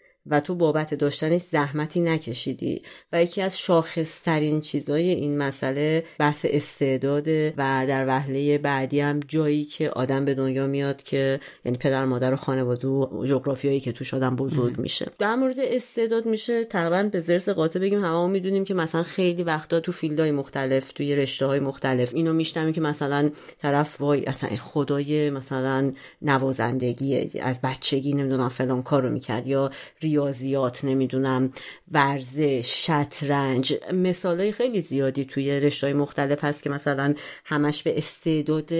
و تو بابت داشتنش زحمتی نکشیدی. و یکی از شاخص‌ترین چیزای این مسئله بحث استعداده و در وهله بعدی هم جایی که آدم به دنیا میاد که یعنی پدر مادر و خانواده و جغرافیایی که توش آدم بزرگ میشه. در مورد استعداد میشه تقریبا به ضرس قاطع بگیم همه ما میدونیم که مثلا خیلی وقتا تو فیلدهای مختلف، توی رشته‌های مختلف اینو میشنویم که مثلا طرف وای اصلا خدای مثلا نوازندگی از بچگی نمیدونم فلان کارو میکرد، یا ریاضیات، نمیدونم ورزش، شطرنج، مثالای خیلی زیادی توی رشته‌های مختلف هست که مثلا همش به استعداد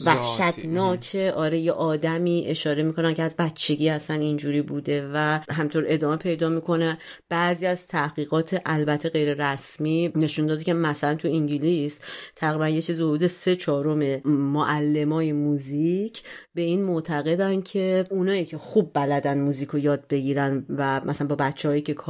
وحشتناک آره یه آدمی اشاره میکنن که از بچگی اصلا اینجوری بوده و همطور ادامه پیدا میکنه. بعضی از تحقیقات البته غیر رسمی نشون داده که مثلا تو انگلیس تقریبا یه چیز حدود سه چهارم معلمای موزیک به این معتقدن که اونایی که خوب بلدن موزیک رو یاد بگیرن و مثلا با بچه‌هایی که کار کردن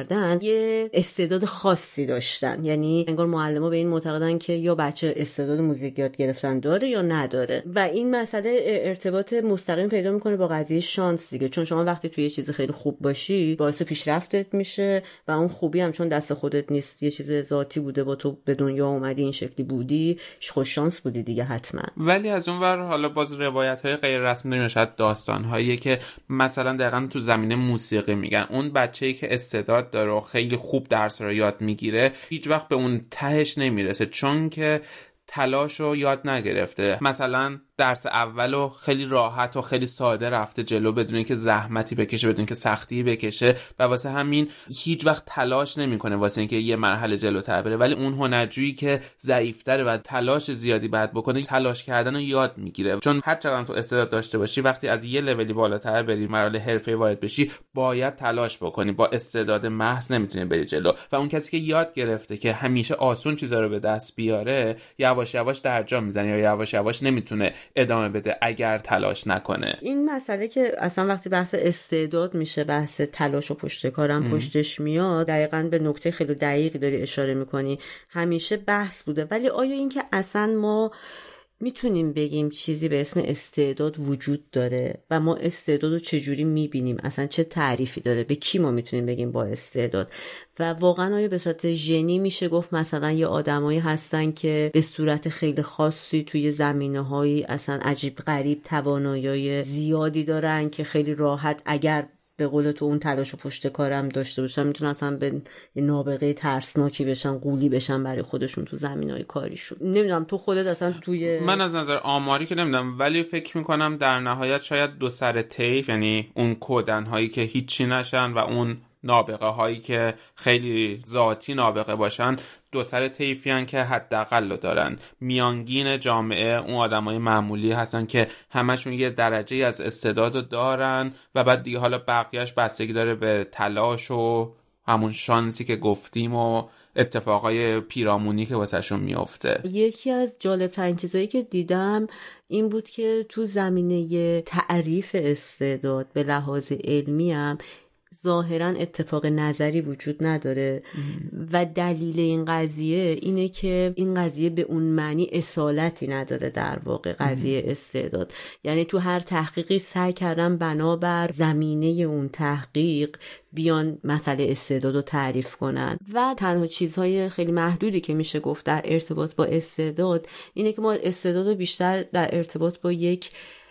میکردن یه استعداد خاصی داشتن، یعنی انگار معلم‌ها به این معتقدن که یا بچه استعداد موزیک یاد گرفتن داره یا نداره و این مسئله ارتباط مستقیم پیدا میکنه با قضیه شانس دیگه، چون شما وقتی توی یه چیز خیلی خوب باشی باعث پیشرفتت میشه و اون خوبی هم چون دست خودت نیست، یه چیز ذاتی بوده با تو به دنیا اومدی این شکلی بودی، خوش شانس بودی دیگه حتما. ولی از اون ور حالا باز روایت‌های غیر رسمی داریم، شاید داستان‌هایی که مثلا دقیقاً تو زمینه موسیقی میگن اون بچه‌ای که استعداد داره و خیلی خوب درس رو یاد میگیره هیچ وقت به اون تهش نمیرسه چون که تلاش رو یاد نگرفته. مثلا درس اولو خیلی راحت و خیلی ساده رفته جلو بدون اینکه زحمتی بکشه، بدون اینکه سختی بکشه و واسه همین هیچ وقت تلاش نمیکنه واسه اینکه یه مرحله جلوتر بره. ولی اون هنرجویی که ضعیف‌تره و تلاش زیادی باید بکنه تلاش کردن رو یاد میگیره، چون هر چقدر تو استعداد داشته باشی وقتی از یه لولی بالاتر بری، مرحله حرفه‌ای وارد بشی، باید تلاش بکنی. با استعداد محض نمیتونی بری جلو و اون کسی که یاد گرفته که همیشه آسون چیزا رو به دست بیاره یواش یواش درجا میزنه یا یواش یواش نمیتونه ادامه بده اگر تلاش نکنه. این مسئله که اصلا وقتی بحث استعداد میشه بحث تلاش و پشت کارم پشتش میاد، دقیقاً به نکته خیلی دقیقی داری اشاره میکنی. همیشه بحث بوده، ولی آیا این که اصلا ما میتونیم بگیم چیزی به اسم استعداد وجود داره و ما استعداد رو چجوری میبینیم، اصلا چه تعریفی داره، به کی ما میتونیم بگیم با استعداد؟ و واقعا آیا به صورت ژنی میشه گفت مثلا یه آدمایی هستن که به صورت خیلی خاصی توی زمینه‌هایی اصلا عجیب غریب توانایی زیادی دارن که خیلی راحت اگر به قول تو اون تلاش و پشت کارم داشته باشن میتونن اصلا به نابغه ترسناکی بشن، قولی بشن برای خودشون تو زمینهای کاریشون؟ نمیدونم تو خودت اصلا توی من از نظر آماری که نمیدونم، ولی فکر میکنم در نهایت شاید دو سر طیف، یعنی اون کودن هایی که هیچی نشن و اون نابغه هایی که خیلی ذاتی نابغه باشن، دو سر طیفی هن که حداقل رو دارن. میانگین جامعه اون آدمای معمولی هستن که همشون یه درجه از استعداد رو دارن و بعد دیگه حالا بقیهش بستگی داره به تلاش و همون شانسی که گفتیم و اتفاقای پیرامونی که واسه شون میفته. یکی از جالب ترین چیزایی که دیدم این بود که تو زمینه تعریف استعداد به لحاظ علمی هم ظاهرا اتفاق نظری وجود نداره و دلیل این قضیه اینه که این قضیه به اون معنی اصالتی نداره. در واقع قضیه استعداد یعنی تو هر تحقیقی سعی کردن بنابر زمینه اون تحقیق بیان مسئله استعداد رو تعریف کنن و تنها چیزهای خیلی محدودی که میشه گفت در ارتباط با استعداد اینه که ما استعداد رو بیشتر در ارتباط با یک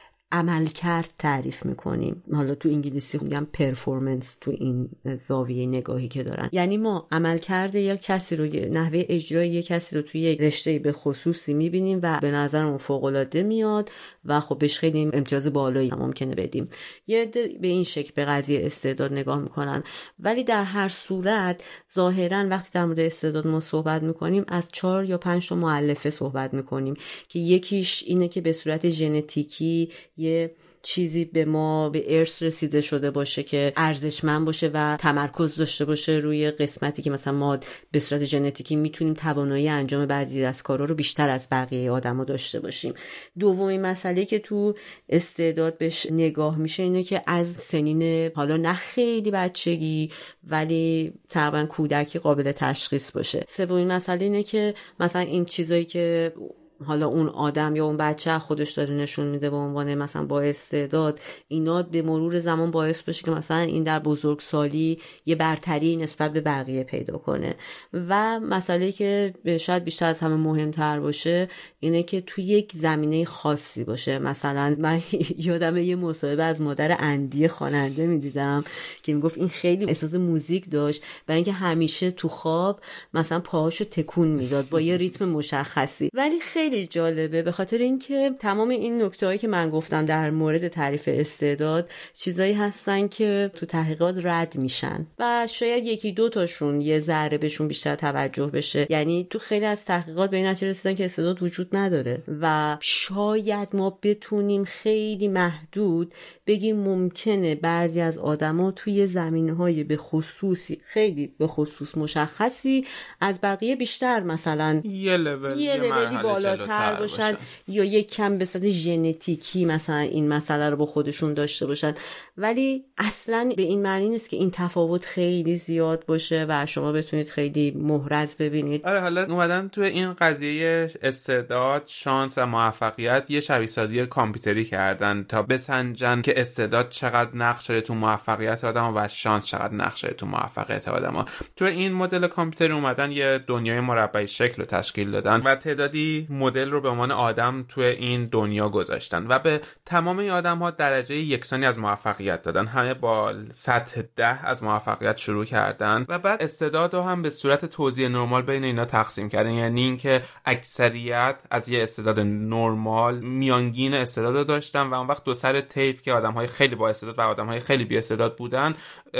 عملکرد تعریف میکنیم. حالا تو انگلیسی میگم پرفورمنس تو این زاویه نگاهی که دارن، یعنی ما عملکرد یک کسی رو، نحوه اجرای یک کسی رو توی یک رشته به خصوصی میبینیم و به نظرمون فوق العاده میاد و خب بهش خیلی امتیاز بالایی ممکنه بدیم. یه عده به این شکل به قضیه استعداد نگاه میکنن، ولی در هر صورت ظاهرا وقتی در مورد استعداد ما صحبت میکنیم از چهار یا پنج تا مؤلفه صحبت میکنیم که یکیش اینه که به صورت ژنتیکی یه چیزی به ما به ارث رسیده شده باشه که ارزشمند باشه و تمرکز داشته باشه روی قسمتی که مثلا ما به صورت ژنتیکی میتونیم توانایی انجام بعضی از کارا رو بیشتر از بقیه آدما داشته باشیم. دومین مسئله که تو استعداد بهش نگاه میشه اینه که از سنین حالا نه خیلی بچگی ولی تقریبا کودکی قابل تشخیص باشه. سومین مسئله اینه که مثلا این چیزایی که حالا اون آدم یا اون بچه خودش داره نشون میده به عنوان مثلا با استعداد، اینا به مرور زمان باعث بشه که مثلا این در بزرگسالی یه برتری نسبت به بقیه پیدا کنه. و مسئله که شاید بیشتر از همه مهمتر باشه اینه که تو یک زمینه خاصی باشه. مثلا من یادم یه مصاحبه از مادر اندی خواننده میدیدم که میگفت این خیلی احساس موزیک داشت برای اینکه همیشه تو خواب مثلا پاهاشو تکون میداد با یه ریتم مشخصی. ولی خیلی خیلی جالبه به خاطر اینکه تمام این نکته‌هایی که من گفتم در مورد تعریف استعداد چیزایی هستن که تو تحقیقات رد میشن و شاید یکی دو تاشون یه ذره بهشون بیشتر توجه بشه. یعنی تو خیلی از تحقیقات به این نتیجه رسیدن که استعداد وجود نداره و شاید ما بتونیم خیلی محدود بگیم ممکنه بعضی از آدما توی زمینه‌های به خصوصی خیلی به خصوص مشخصی از بقیه بیشتر مثلا یه لول یه لولی بالاتر بالاتر باشن یا یک کم به صورت ژنتیکی مثلا این مسئله رو با خودشون داشته باشن، ولی اصلا به این معنی نیست که این تفاوت خیلی زیاد باشه و شما بتونید خیلی محرز ببینید. آره، حالا اومدن تو این قضیه استعداد، شانس و موفقیت یه شبیه سازی کامپیوتری کردن تا بسنجن که استعداد چقدر نقش داره تو موفقیت آدم و شانس چقدر نقش داره تو موفقیت آدم. تو این مدل کامپیوتری اومدن یه دنیای مربع شکل رو تشکیل دادن و تعدادی مدل رو به عنوان آدم تو این دنیا گذاشتن و به تمام این آدم‌ها درجه یکسانی از موفقیت دادن. همه با سطح ده از موفقیت شروع کردن و بعد استعداد رو هم به صورت توزیع نرمال بین اینا تقسیم کردن، یعنی اینکه اکثریت از یه استعداد نرمال میانگین استعداد داشتن و اون وقت دو سر طیف که آدم‌های خیلی با استعداد و آدم‌های خیلی بی استعداد بودن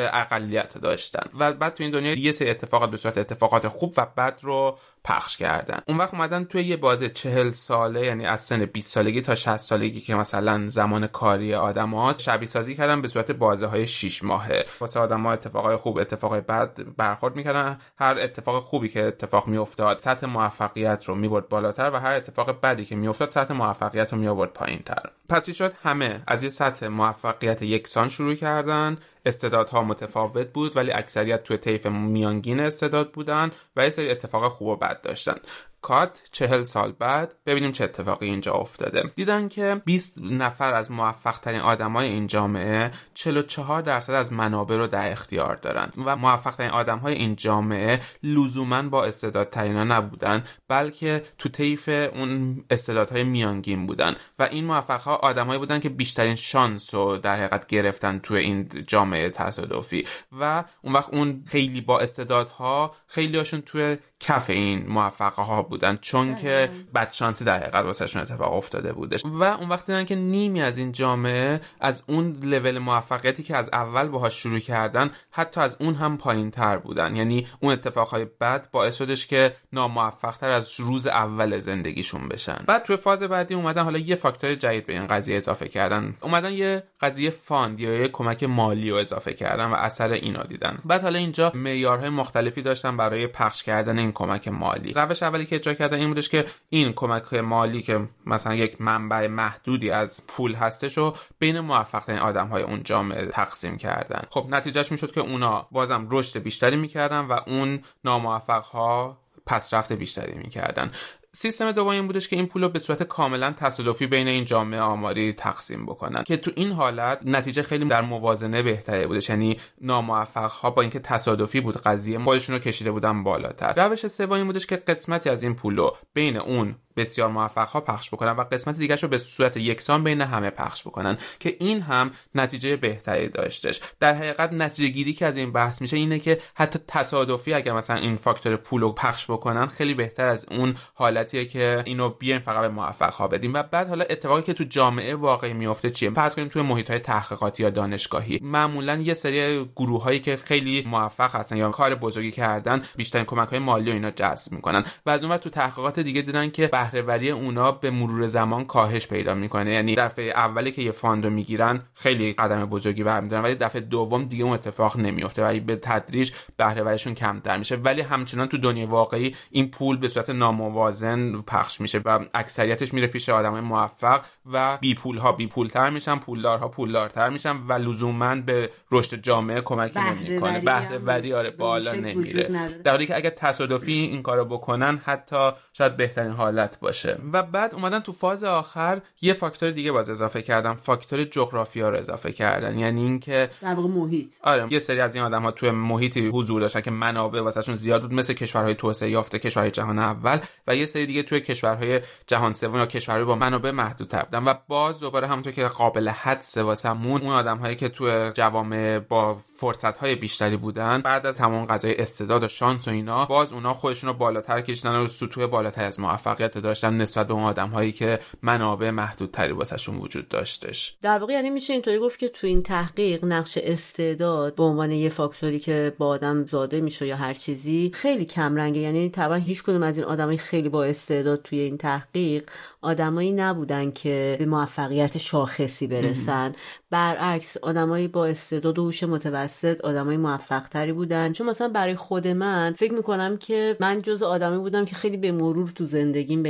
اقلیت داشتن و بعد تو این دنیا یه سری اتفاقات به صورت اتفاقات خوب و بد رو پخش کردن. اون وقت اومدن توی یه بازه چهل ساله، یعنی از سن بیست سالگی تا شصت سالگی که مثلا زمان کاری آدم هاست، شبیه سازی کردن به صورت بازه های شش ماهه. واسه آدم ها اتفاقای خوب، اتفاقای بد برخورد میکردن. هر اتفاق خوبی که اتفاق میافتاد سطح موفقیت رو میبرد بالاتر و هر اتفاق بدی که میافتاد سطح موفقیت رو میآورد پایینتر. پس چی شد؟ همه از یه سطح موفقیت یکسان شروع کردن. استعدادها متفاوت بود ولی اکثریت توی طیف میانگین استعداد بودن و یه سری اتفاق خوب و بد داشتن. کات چهل سال بعد ببینیم چه اتفاقی اینجا افتاده. دیدن که بیست نفر از موفق ترین آدمای این جامعه چهل و چهار درصد از منابع رو در اختیار دارن و موفق ترین آدمای این جامعه لزوماً با استعدادترینا نبودن، بلکه تو طیف اون استعدادهای میانگین بودن و این موفق‌ها آدمایی بودن که بیشترین شانس رو در حقیقت گرفتن تو این جامعه تصادفی و اون وقت اون خیلی با استعدادها خیلی هاشون توی کف این موفقه ها بودن چون که بدشانسی در حقیقت واسهشون اتفاق افتاده بودش و اون وقت دیدن که نیمی از این جامعه از اون لول موفقیتی که از اول باهاش شروع کردن حتی از اون هم پایین تر بودن. یعنی اون اتفاقهای بد باعث شدش که ناموفق تر از روز اول زندگیشون بشن. بعد توی فاز بعدی اومدن حالا یه فاکتور جدید به این قضیه اضافه کردن، اومدن یه قضیه فاند یا یه کمک مالی رو اضافه کردن و اثر اینا دیدن. بعد حالا اینجا معیارهای مختلفی داشتن برای پخش کردن این کمک مالی. روش اولی که اجرا کردن این بودش که این کمک مالی که مثلا یک منبع محدودی از پول هستش رو بین موفق ترین آدم‌های اون جامعه تقسیم کردن. خب نتیجهش میشد که اونا بازم رشد بیشتری میکردن و اون ناموفق‌ها پسرفت بیشتری میکردن. سیستم دوم این بودش که این پولو به صورت کاملا تصادفی بین این جامعه آماری تقسیم بکنن که تو این حالت نتیجه خیلی در موازنه بهتری بودش، یعنی ناموفق‌ها با اینکه تصادفی بود قضیه خودشون رو کشیده بودن بالاتر. روش سوم این بودش که قسمتی از این پولو بین اون بسیار موفق‌ها پخش بکنن و قسمت دیگه‌شو به صورت یکسان بین همه پخش بکنن که این هم نتیجه بهتری داشتش. در حقیقت نتیجه گیری که از این بحث میشه اینه که حتی تصادفی اگر مثلا این فاکتور پولو پخش بکنن خیلی بهتر از اون حالتیه که اینو بیایم فقط به موفق‌ها بدیم. و بعد حالا اتفاقی که تو جامعه واقعی میفته چیه؟ فرض کنیم توی محیط‌های تحقیقاتی یا دانشگاهی معمولاً یه سری گروه‌هایی که خیلی موفق هستن یا کار بزرگی کردن بیشترین کمک‌های مالی و اینا جذب می‌کنن و از اون ور تو تحقیقات دیگه دیدن که بهره‌وری اونا به مرور زمان کاهش پیدا میکنه. یعنی دفعه اولی که یه فاندو میگیرن خیلی قدم بزرگی برمی‌دارن ولی دفعه دوم دیگه اون اتفاق نمیفته و به تدریج بهره‌وریشون کمتر میشه، ولی همچنان تو دنیای واقعی این پول به صورت ناموازن پخش میشه و اکثریتش میره پیش آدمای موفق و بی پول ها بی پولتر میشن، پولدارها پولدارتر میشن و لزوما به رشد جامعه کمکی نمیکنه. بهره‌وری آره بالا نمیره، در حالی که اگه تصادفی این کارو بکنن حتی شاید بهترین حالت باشه. و بعد اومدن تو فاز آخر یه فاکتور دیگه باز اضافه کردن، فاکتور جغرافیا رو اضافه کردن، یعنی اینکه در واقع محیط. آره یه سری از این آدم‌ها توی محیطی حضور داشتن که منابع واسهشون زیاد بود، مثل کشورهای توسعه یافته، کشورهای جهان اول، و یه سری دیگه توی کشورهای جهان سوم یا کشورهای با منابع محدودتر بودن. و باز دوباره همونطور که قابل حدس واسمون اون آدم‌هایی که توی جوامع با فرصت‌های بیشتری بودن بعد از تمام قضای استعداد و شانس و اینا باز اونا خودشون رو بالاتر کشیدن و سطوح بالاتر از موفقیت داشتن نسبت به اون آدم‌هایی که منابع محدودتری واسهشون وجود داشتش. در واقع یعنی میشه اینطوری گفت که تو این تحقیق نقش استعداد به عنوان یه فاکتوری که با آدم زاده میشه یا هر چیزی خیلی کم رنگه. یعنی طبعا هیچ کدوم از این آدمای خیلی با استعداد توی این تحقیق آدمایی نبودن که به موفقیت شاخصی برسن. برعکس آدمایی با استعداد و هوش متوسط آدمای موفق تری بودن. چون مثلا برای خود من فکر میکنم که من جز آدمی بودم که خیلی به مرور تو زندگیم به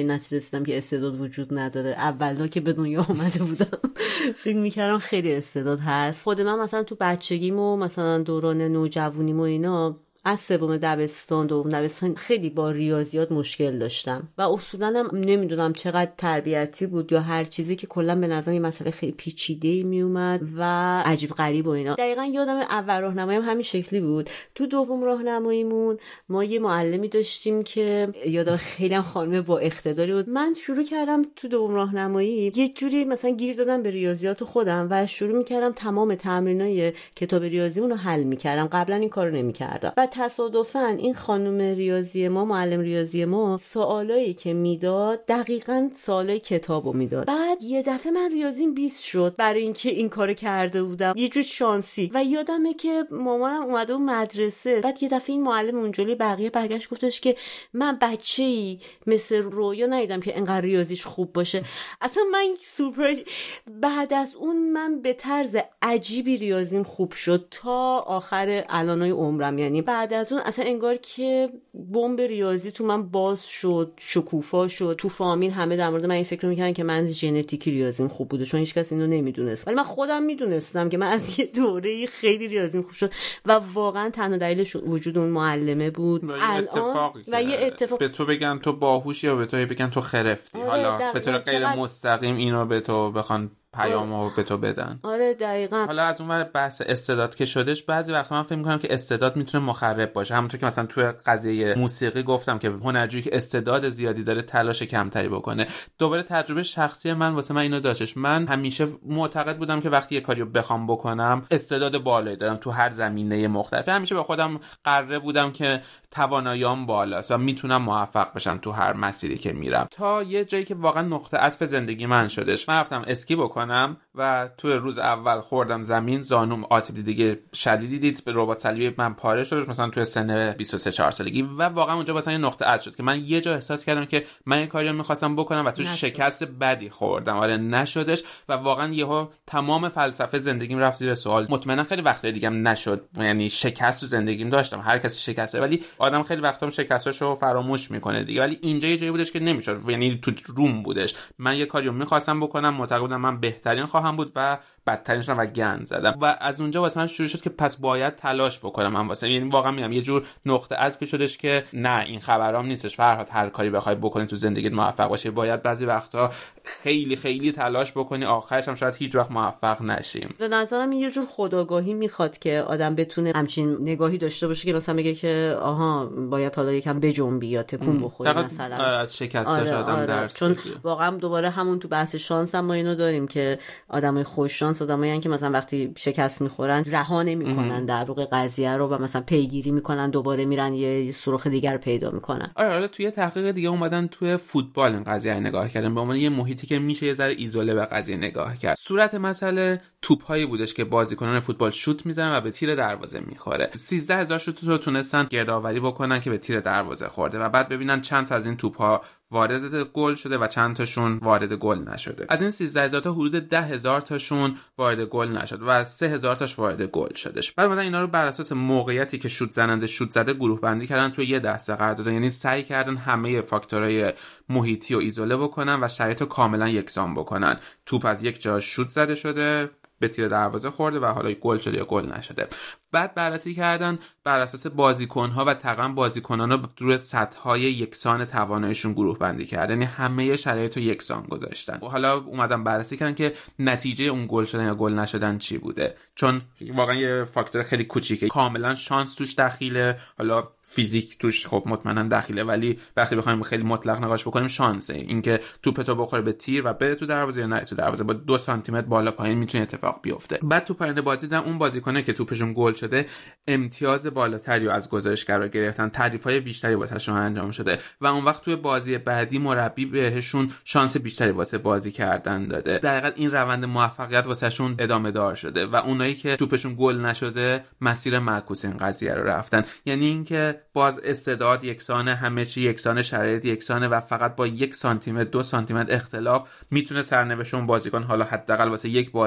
این نتیجه رسیدم که استعداد وجود نداره. اولا که به دنیا اومده بودم فکر میکردم خیلی استعداد هست. خود من مثلا تو بچگیم و مثلا دوران نوجوانیم و اینا از سوم دبستان دوم دبستان خیلی با ریاضیات مشکل داشتم و اصولا هم نمیدونم چقدر تربیتی بود یا هر چیزی که کلا به نظرم این مسئله خیلی پیچیده‌ای میومد و عجیب غریب و اینا. دقیقاً یادم اول راهنماییم همین شکلی بود. تو دوم راهنماییمون ما یه معلمی داشتیم که یادم خیلی هم خانم با اقتداری بود. من شروع کردم تو دوم راهنمایی یه جوری مثلا گیر دادم به ریاضیات خودم و شروع می‌کردم تمام تمرینای کتاب ریاضیمون رو حل می‌کردم. قبلا این کارو نمی‌کردم. تصادفاً این خانم ریاضی ما، معلم ریاضی ما، سوالایی که میداد دقیقاً سوالای کتابو میداد. بعد یه دفعه من ریاضیم بیست شد برای اینکه این کارو کرده بودم، یه جور شانسی. و یادمه که مامانم اومده بود مدرسه، بعد یه دفعه این معلم اونجوری بقیه برگشت گفتش که من بچه‌ای مثل رویا ندیدم که انقدر ریاضیش خوب باشه. اصلا من سوپر. بعد از اون من به طرز عجیبی ریاضیم خوب شد تا آخر الانای عمرم. یعنی بعد از اون اصلا انگار که بمب ریاضی تو من باز شد، شکوفا شد. تو فامیل همه در مورد من این فکر می‌کردن که من ژنتیکی ریاضیم خوب بوده، چون هیچ کس اینو نمیدونست، ولی من خودم میدونستم که من از یه دوره‌ای خیلی ریاضیم خوب شد و واقعا تنها دلیلش وجود اون معلمه بود. الان و یه اتفاق به تو بگن تو باهوشی یا به تو بگن تو خرفتی. حالا به طور غیر مستقیم اینو به تو بخوان پیامو به تو بدن. آره دقیقاً. حالا از اون ور بحث استعداد که شدش، بعضی وقتا من فکر می‌کنم که استعداد میتونه مخرب باشه. همونطور که مثلا توی قضیه موسیقی گفتم که هنرجویی که استعداد زیادی داره تلاش کمتری بکنه. دوباره تجربه شخصی من واسه من اینو داشتش. من همیشه معتقد بودم که وقتی یه کاریو بخوام بکنم استعداد بالایی دارم تو هر زمینه مختلف. همیشه به خودم قراره بودم که تواناییام بالاست و میتونم موفق بشم تو هر مسیری که میرم، تا یه جایی که واقعا نقطه عطف زندگی من شدش. من رفتم اسکی بکنم و تو روز اول خوردم زمین، زانوم آسیب دیگه شدیدی دید، به رباط صلیبی من پاره شدش مثلا تو سن بیست و سه چهار سالگی و واقعا اونجا واسه یه نقطه عطف شد که من یه جا احساس کردم که من یه کاری رو می‌خواستم بکنم و تو نشد. شکست بدی خوردم. آره نشدش و واقعا یهو تمام فلسفه زندگیم رفت زیر سوال. مطمئنا خیلی وقت دیگه هم نشد، یعنی شکست تو زندگیم داشتم، هر کسی شکسته، ولی آدم خیلی وقتا شکستاشو فراموش میکنه دیگه. ولی اینجا یه جایی بودش که نمیشد، یعنی تو روم بودش. من یه کاریو می‌خواستم بکنم، معتقد بودم من بهترین خواهم بود و بدترینش رو و گند زدم و از اونجا واسه من شروع شد که پس باید تلاش بکنم. من واسه یعنی واقعا میگم یه جور نقطه عطفی شدش که نه این خبرام نیستش فرهاد هر کاری بخوای بکنی تو زندگیت موفق باشی، باید بعضی وقتا خیلی خیلی تلاش بکنی، آخرش هم شاید هیچ وقت موفق نشیم. به نظرم یه جور خودآگاهی میخواد که آدم بتونه همچین نگاهی داشته باشه که مثلا بگه که آها باید حالا یکم بجنبی یا تکون بخوری مثلا از شکستش آره، آدم آره. درس چون بگیر. واقعا دوباره همون تو بحث شانس هم ما اینو داریم که آدمای خوش شانس آدمایی که مثلا وقتی شکست میخورن رها نمیکنن در واقع قضیه رو و مثلا پیگیری میکنن، دوباره میرن یه سوراخ دیگر پیدا میکنن. آره حالا توی تحقیق دیگه اومدن توی فوتبال این قضیه نگاه کردن، به عنوان یه محیطی که میشه یه ذره ایزوله به قضیه نگاه کرد. صورت مسئله توپ‌هایی بودش که بازیکنان فوتبال شوت میزنن و به تیر دروازه میخوره. سیزده هزار شوت رو تونستن گردآوری بکنن که به تیر دروازه خورده و بعد ببینن چند تا از این توپ‌ها وارد گل شده و چند تاشون وارد گل نشده. از این سیزده هزار تا حدود ده هزار تاشون وارد گل نشد و سه هزار تاش وارد گل شدش. بعد مثلا اینا رو بر اساس موقعیتی که شوت زننده شوت زده گروه بندی کردن، توی یه دسته قرار دادن، یعنی سعی کردن همه فاکتورهای محیطی رو ایزوله بکنن و شرایط رو کاملا یکسان بکنن. توپ از یک جا شوت زده شده، به تیر دروازه خورده و حالا گل شده یا گل نشده. بعد بررسی کردن بر اساس بازیکن‌ها و تقریبا بازیکنان رو روی سطح‌های یکسان تواناییشون گروه بندی کردن، یعنی همه شرایط رو یکسان گذاشتن. و حالا اومدن بررسی کردن که نتیجه اون گل شدن یا گل نشدن چی بوده، چون واقعا یه فاکتور خیلی کوچیکه، کاملا شانس توش دخیله، حالا فیزیک توش خب مطمئنا دخیله، ولی وقتی بخوایم خیلی مطلق نگاش بکنیم شانسه، اینکه توپتو بخوره به تیر و بره تو دروازه یا نه تو دروازه، با دو سانتی متر بالا پایین میتونه اتفاق بیفته. بعد تو پرنده بازی دیدن اون بازیکنه که توپشون گل شده امتیاز بالاتری از گزارشگرا گرفتن، تعریف‌های بیشتری واسهشون انجام شده و اون وقت توی بازی بعدی مربی بهشون شانس بیشتری واسه بازی کردن داده. در حقیقت این روند موفقیت واسهشون ادامه دار شده و اونایی که توپشون گل نشده مسیر معکوس این قضیه رو رفتن. یعنی اینکه باز استعداد یکسانه، همه چی یکسانه، شرایط یکسانه و فقط با یک سانتی متر دو سانتی متر اختلاف میتونه سرنوشت اون بازیکن حالا حداقل واسه یک بازی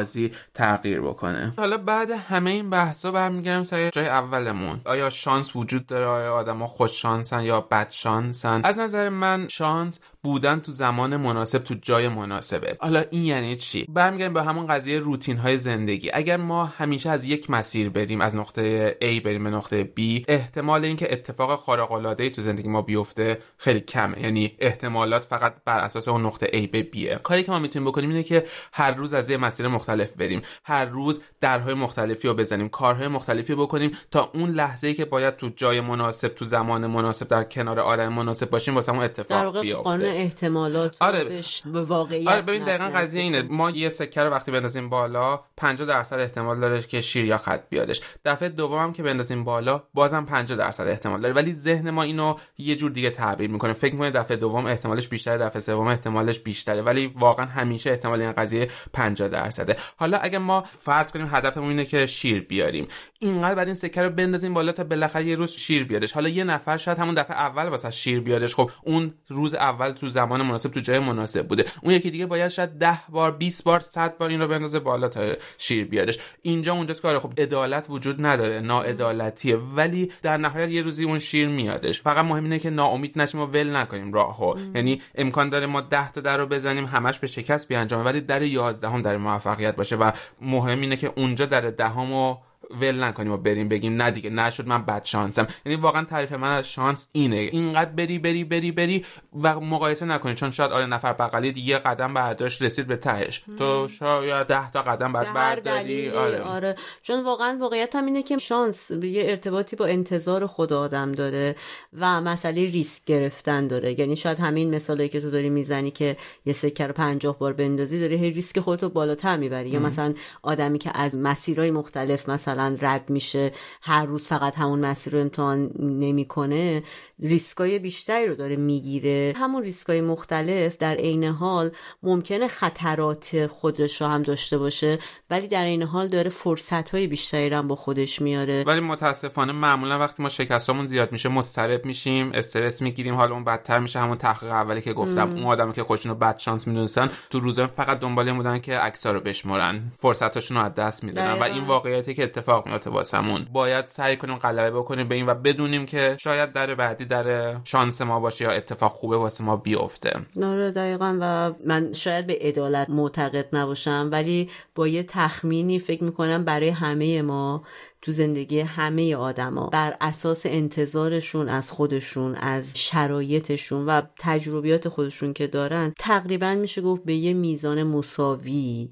تغییر بکنه. حالا بعد همه این بحثا برمیگردیم سر جای اولمون. آیا شانس وجود داره؟ آیا آدما خوش شانسن یا بد شانسن؟ از نظر من شانس بودن تو زمان مناسب تو جای مناسبه. حالا این یعنی چی؟ برمیگردیم به همون قضیه روتین های زندگی. اگر ما همیشه از یک مسیر بریم، از نقطه A بریم به نقطه B، احتمال اینکه اتفاق خارق العاده ای تو زندگی ما بیفته خیلی کمه. یعنی احتمالات فقط بر اساس اون نقطه A به B. کاری که ما میتونیم بکنیم اینه که هر روز از یه مسیر مختلف بریم، هر روز درهای مختلفی رو بزنیم، کارهای مختلفی بکنیم تا اون لحظه‌ای که باید تو جای مناسب، تو زمان مناسب، در کنار آدم مناسب باشیم واسه اون اتفاق بیفته. احتمالات آره به واقعیت. آره ببین دقیقاً قضیه اینه. ما یه سکه رو وقتی بندازیم بالا پنجاه درصد احتمال داره که شیر یا خط بیادش. دفعه دومم که بندازیم بالا بازم پنجاه درصد احتمال داره، ولی ذهن ما اینو یه جور دیگه تعبیر میکنه. فکر میکنه دفعه دوم احتمالش بیشتره، دفعه سوم احتمالش بیشتره، ولی واقعا همیشه احتمال این قضیه پنجاه درصده. حالا اگه ما فرض کنیم هدفمون اینه که شیر بیاریم، اینقدر بعد این سکه رو بندازیم بالا تا بالاخره یه روز شیر بیادش. حالا یه نفر شاید همون دفعه اول واسه شیر بیادش، خب اون روز اول تو زمان مناسب تو جای مناسب بوده. اون یکی دیگه باید شاید ده بار، بیست بار، صد بار این رو بندازه بالا تا شیر بیادش. اینجا اونجاست که خب عدالت وجود نداره، ناعدالتیه، ولی در نهایت یه روزی اون شیر میادش. فقط مهم اینه که ناامید نشیم و ول نکنیم راهو. یعنی امکان داره ما ده تا در رو بزنیم همش به شکست بیانجامه، ولی در یازدهم در موفقیت باشه و مهم اینه که اونجا در دهمو ول نکنیم و بریم بگیم نه دیگه نشد من بد شانسم. یعنی واقعا تعریف من از شانس اینه، اینقدر بری بری بری بری و مقایسه نکنی، چون شاید آره نفر بغلی دیگه قدم برداشت رسید به تهش، تو شاید ده تا قدم بعد برداری. آره آره چون واقعا واقعیت هم اینه که شانس یه ارتباطی با انتظار خود آدم داره و مسئله ریسک گرفتن داره. یعنی شاید همین مثالی که تو داری میزنی که یه سکه رو پنجاه بار بندازی داری هی ریسک خودتو بالاتر میبری، یا مثلا آدمی که از مسیرهای مختلف مثلا رد میشه، هر روز فقط همون مسیر رو امتحان نمیکنه، ریسکای بیشتری رو داره میگیره. همون ریسکای مختلف در عین حال ممکنه خطرات خودش رو هم داشته باشه، ولی در عین حال داره فرصت‌های بیشتری رو هم با خودش میاره. ولی متاسفانه معمولا وقتی ما شکستامون زیاد میشه مضطرب میشیم، استرس میگیریم، حالا اون بدتر میشه. همون تحقیق اولی که گفتم ام. اون آدمی که خودشون رو بد شانس میدونستن تو روزا فقط دنبال این بودن که عکس‌ها رو بشمرن، فرصتاشون رو از دست میدن و این واقعیتی که اتفاق میفته واسمون. باید سعی کنیم غلبه بکنیم به این و بدونیم که شاید در بعدی در شانس ما باشه یا اتفاق خوبه واسه ما بیفته. آره دقیقاً. و من شاید به عدالت معتقد نباشم، ولی با یه تخمینی فکر میکنم برای همه ما تو زندگی همه آدما بر اساس انتظارشون از خودشون، از شرایطشون و تجربیات خودشون که دارن، تقریبا میشه گفت به یه میزان مساوی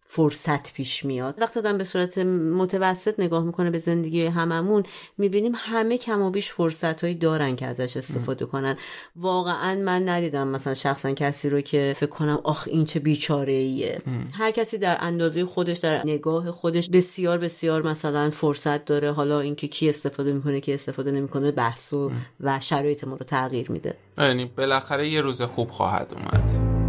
فرصت پیش میاد. وقتی آدم به صورت متوسط نگاه میکنه به زندگی هممون، میبینیم همه کم و بیش فرصتایی دارن که ازش استفاده ام. کنن. واقعا من ندیدم مثلا شخصا کسی رو که فکر کنم آخ این چه بیچاره ایه. هر کسی در اندازه خودش، در نگاه خودش بسیار بسیار مثلا فرصت داره. حالا اینکه کی استفاده میکنه کی استفاده نمیکنه بحث و, و شرایط ما رو تغییر میده. یعنی بالاخره یه روز خوب خواهد اومد.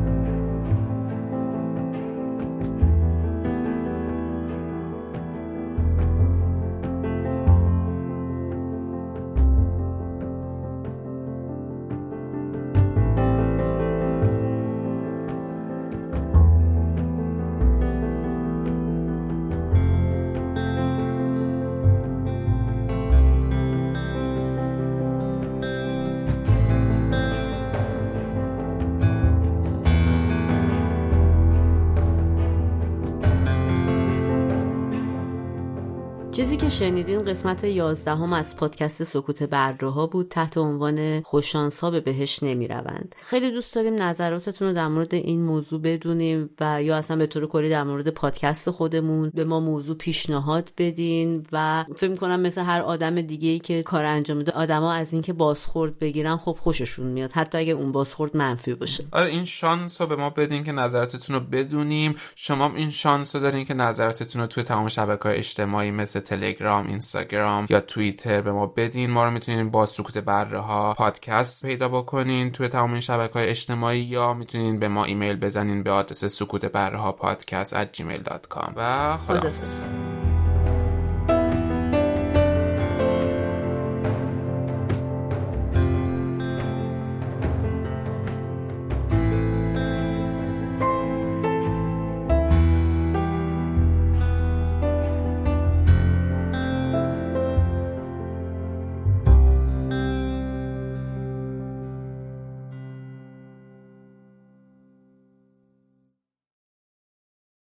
چیزی که شنیدین قسمت یازدهم از پادکست سکوت بره‌ها بود تحت عنوان خوششانس‌ها به بهشت نمی‌روند. خیلی دوست داریم نظراتتون رو در مورد این موضوع بدونیم و یا اصلا به طور کلی در مورد پادکست خودمون به ما موضوع پیشنهاد بدین و فکر می‌کنم مثل هر آدم دیگه‌ای که کار انجام میده آدما از اینکه بازخورد بگیرن خب خوششون میاد، حتی اگه اون بازخورد منفی باشه. آره این شانس رو به ما بدین که نظراتتون رو بدونیم. شما این شانس رو دارین که نظراتتون رو توی تمام شبکه‌های اجتماعی مثل تلگرام، اینستاگرام یا توییتر به ما بدین. ما رو میتونین با سکوت بره‌ها پادکست پیدا بکنین توی تمام این شبکه‌های اجتماعی، یا میتونین به ما ایمیل بزنین به آدرس سکوت بره‌ها پادکست ات جیمیل دات کام و خداحافظ.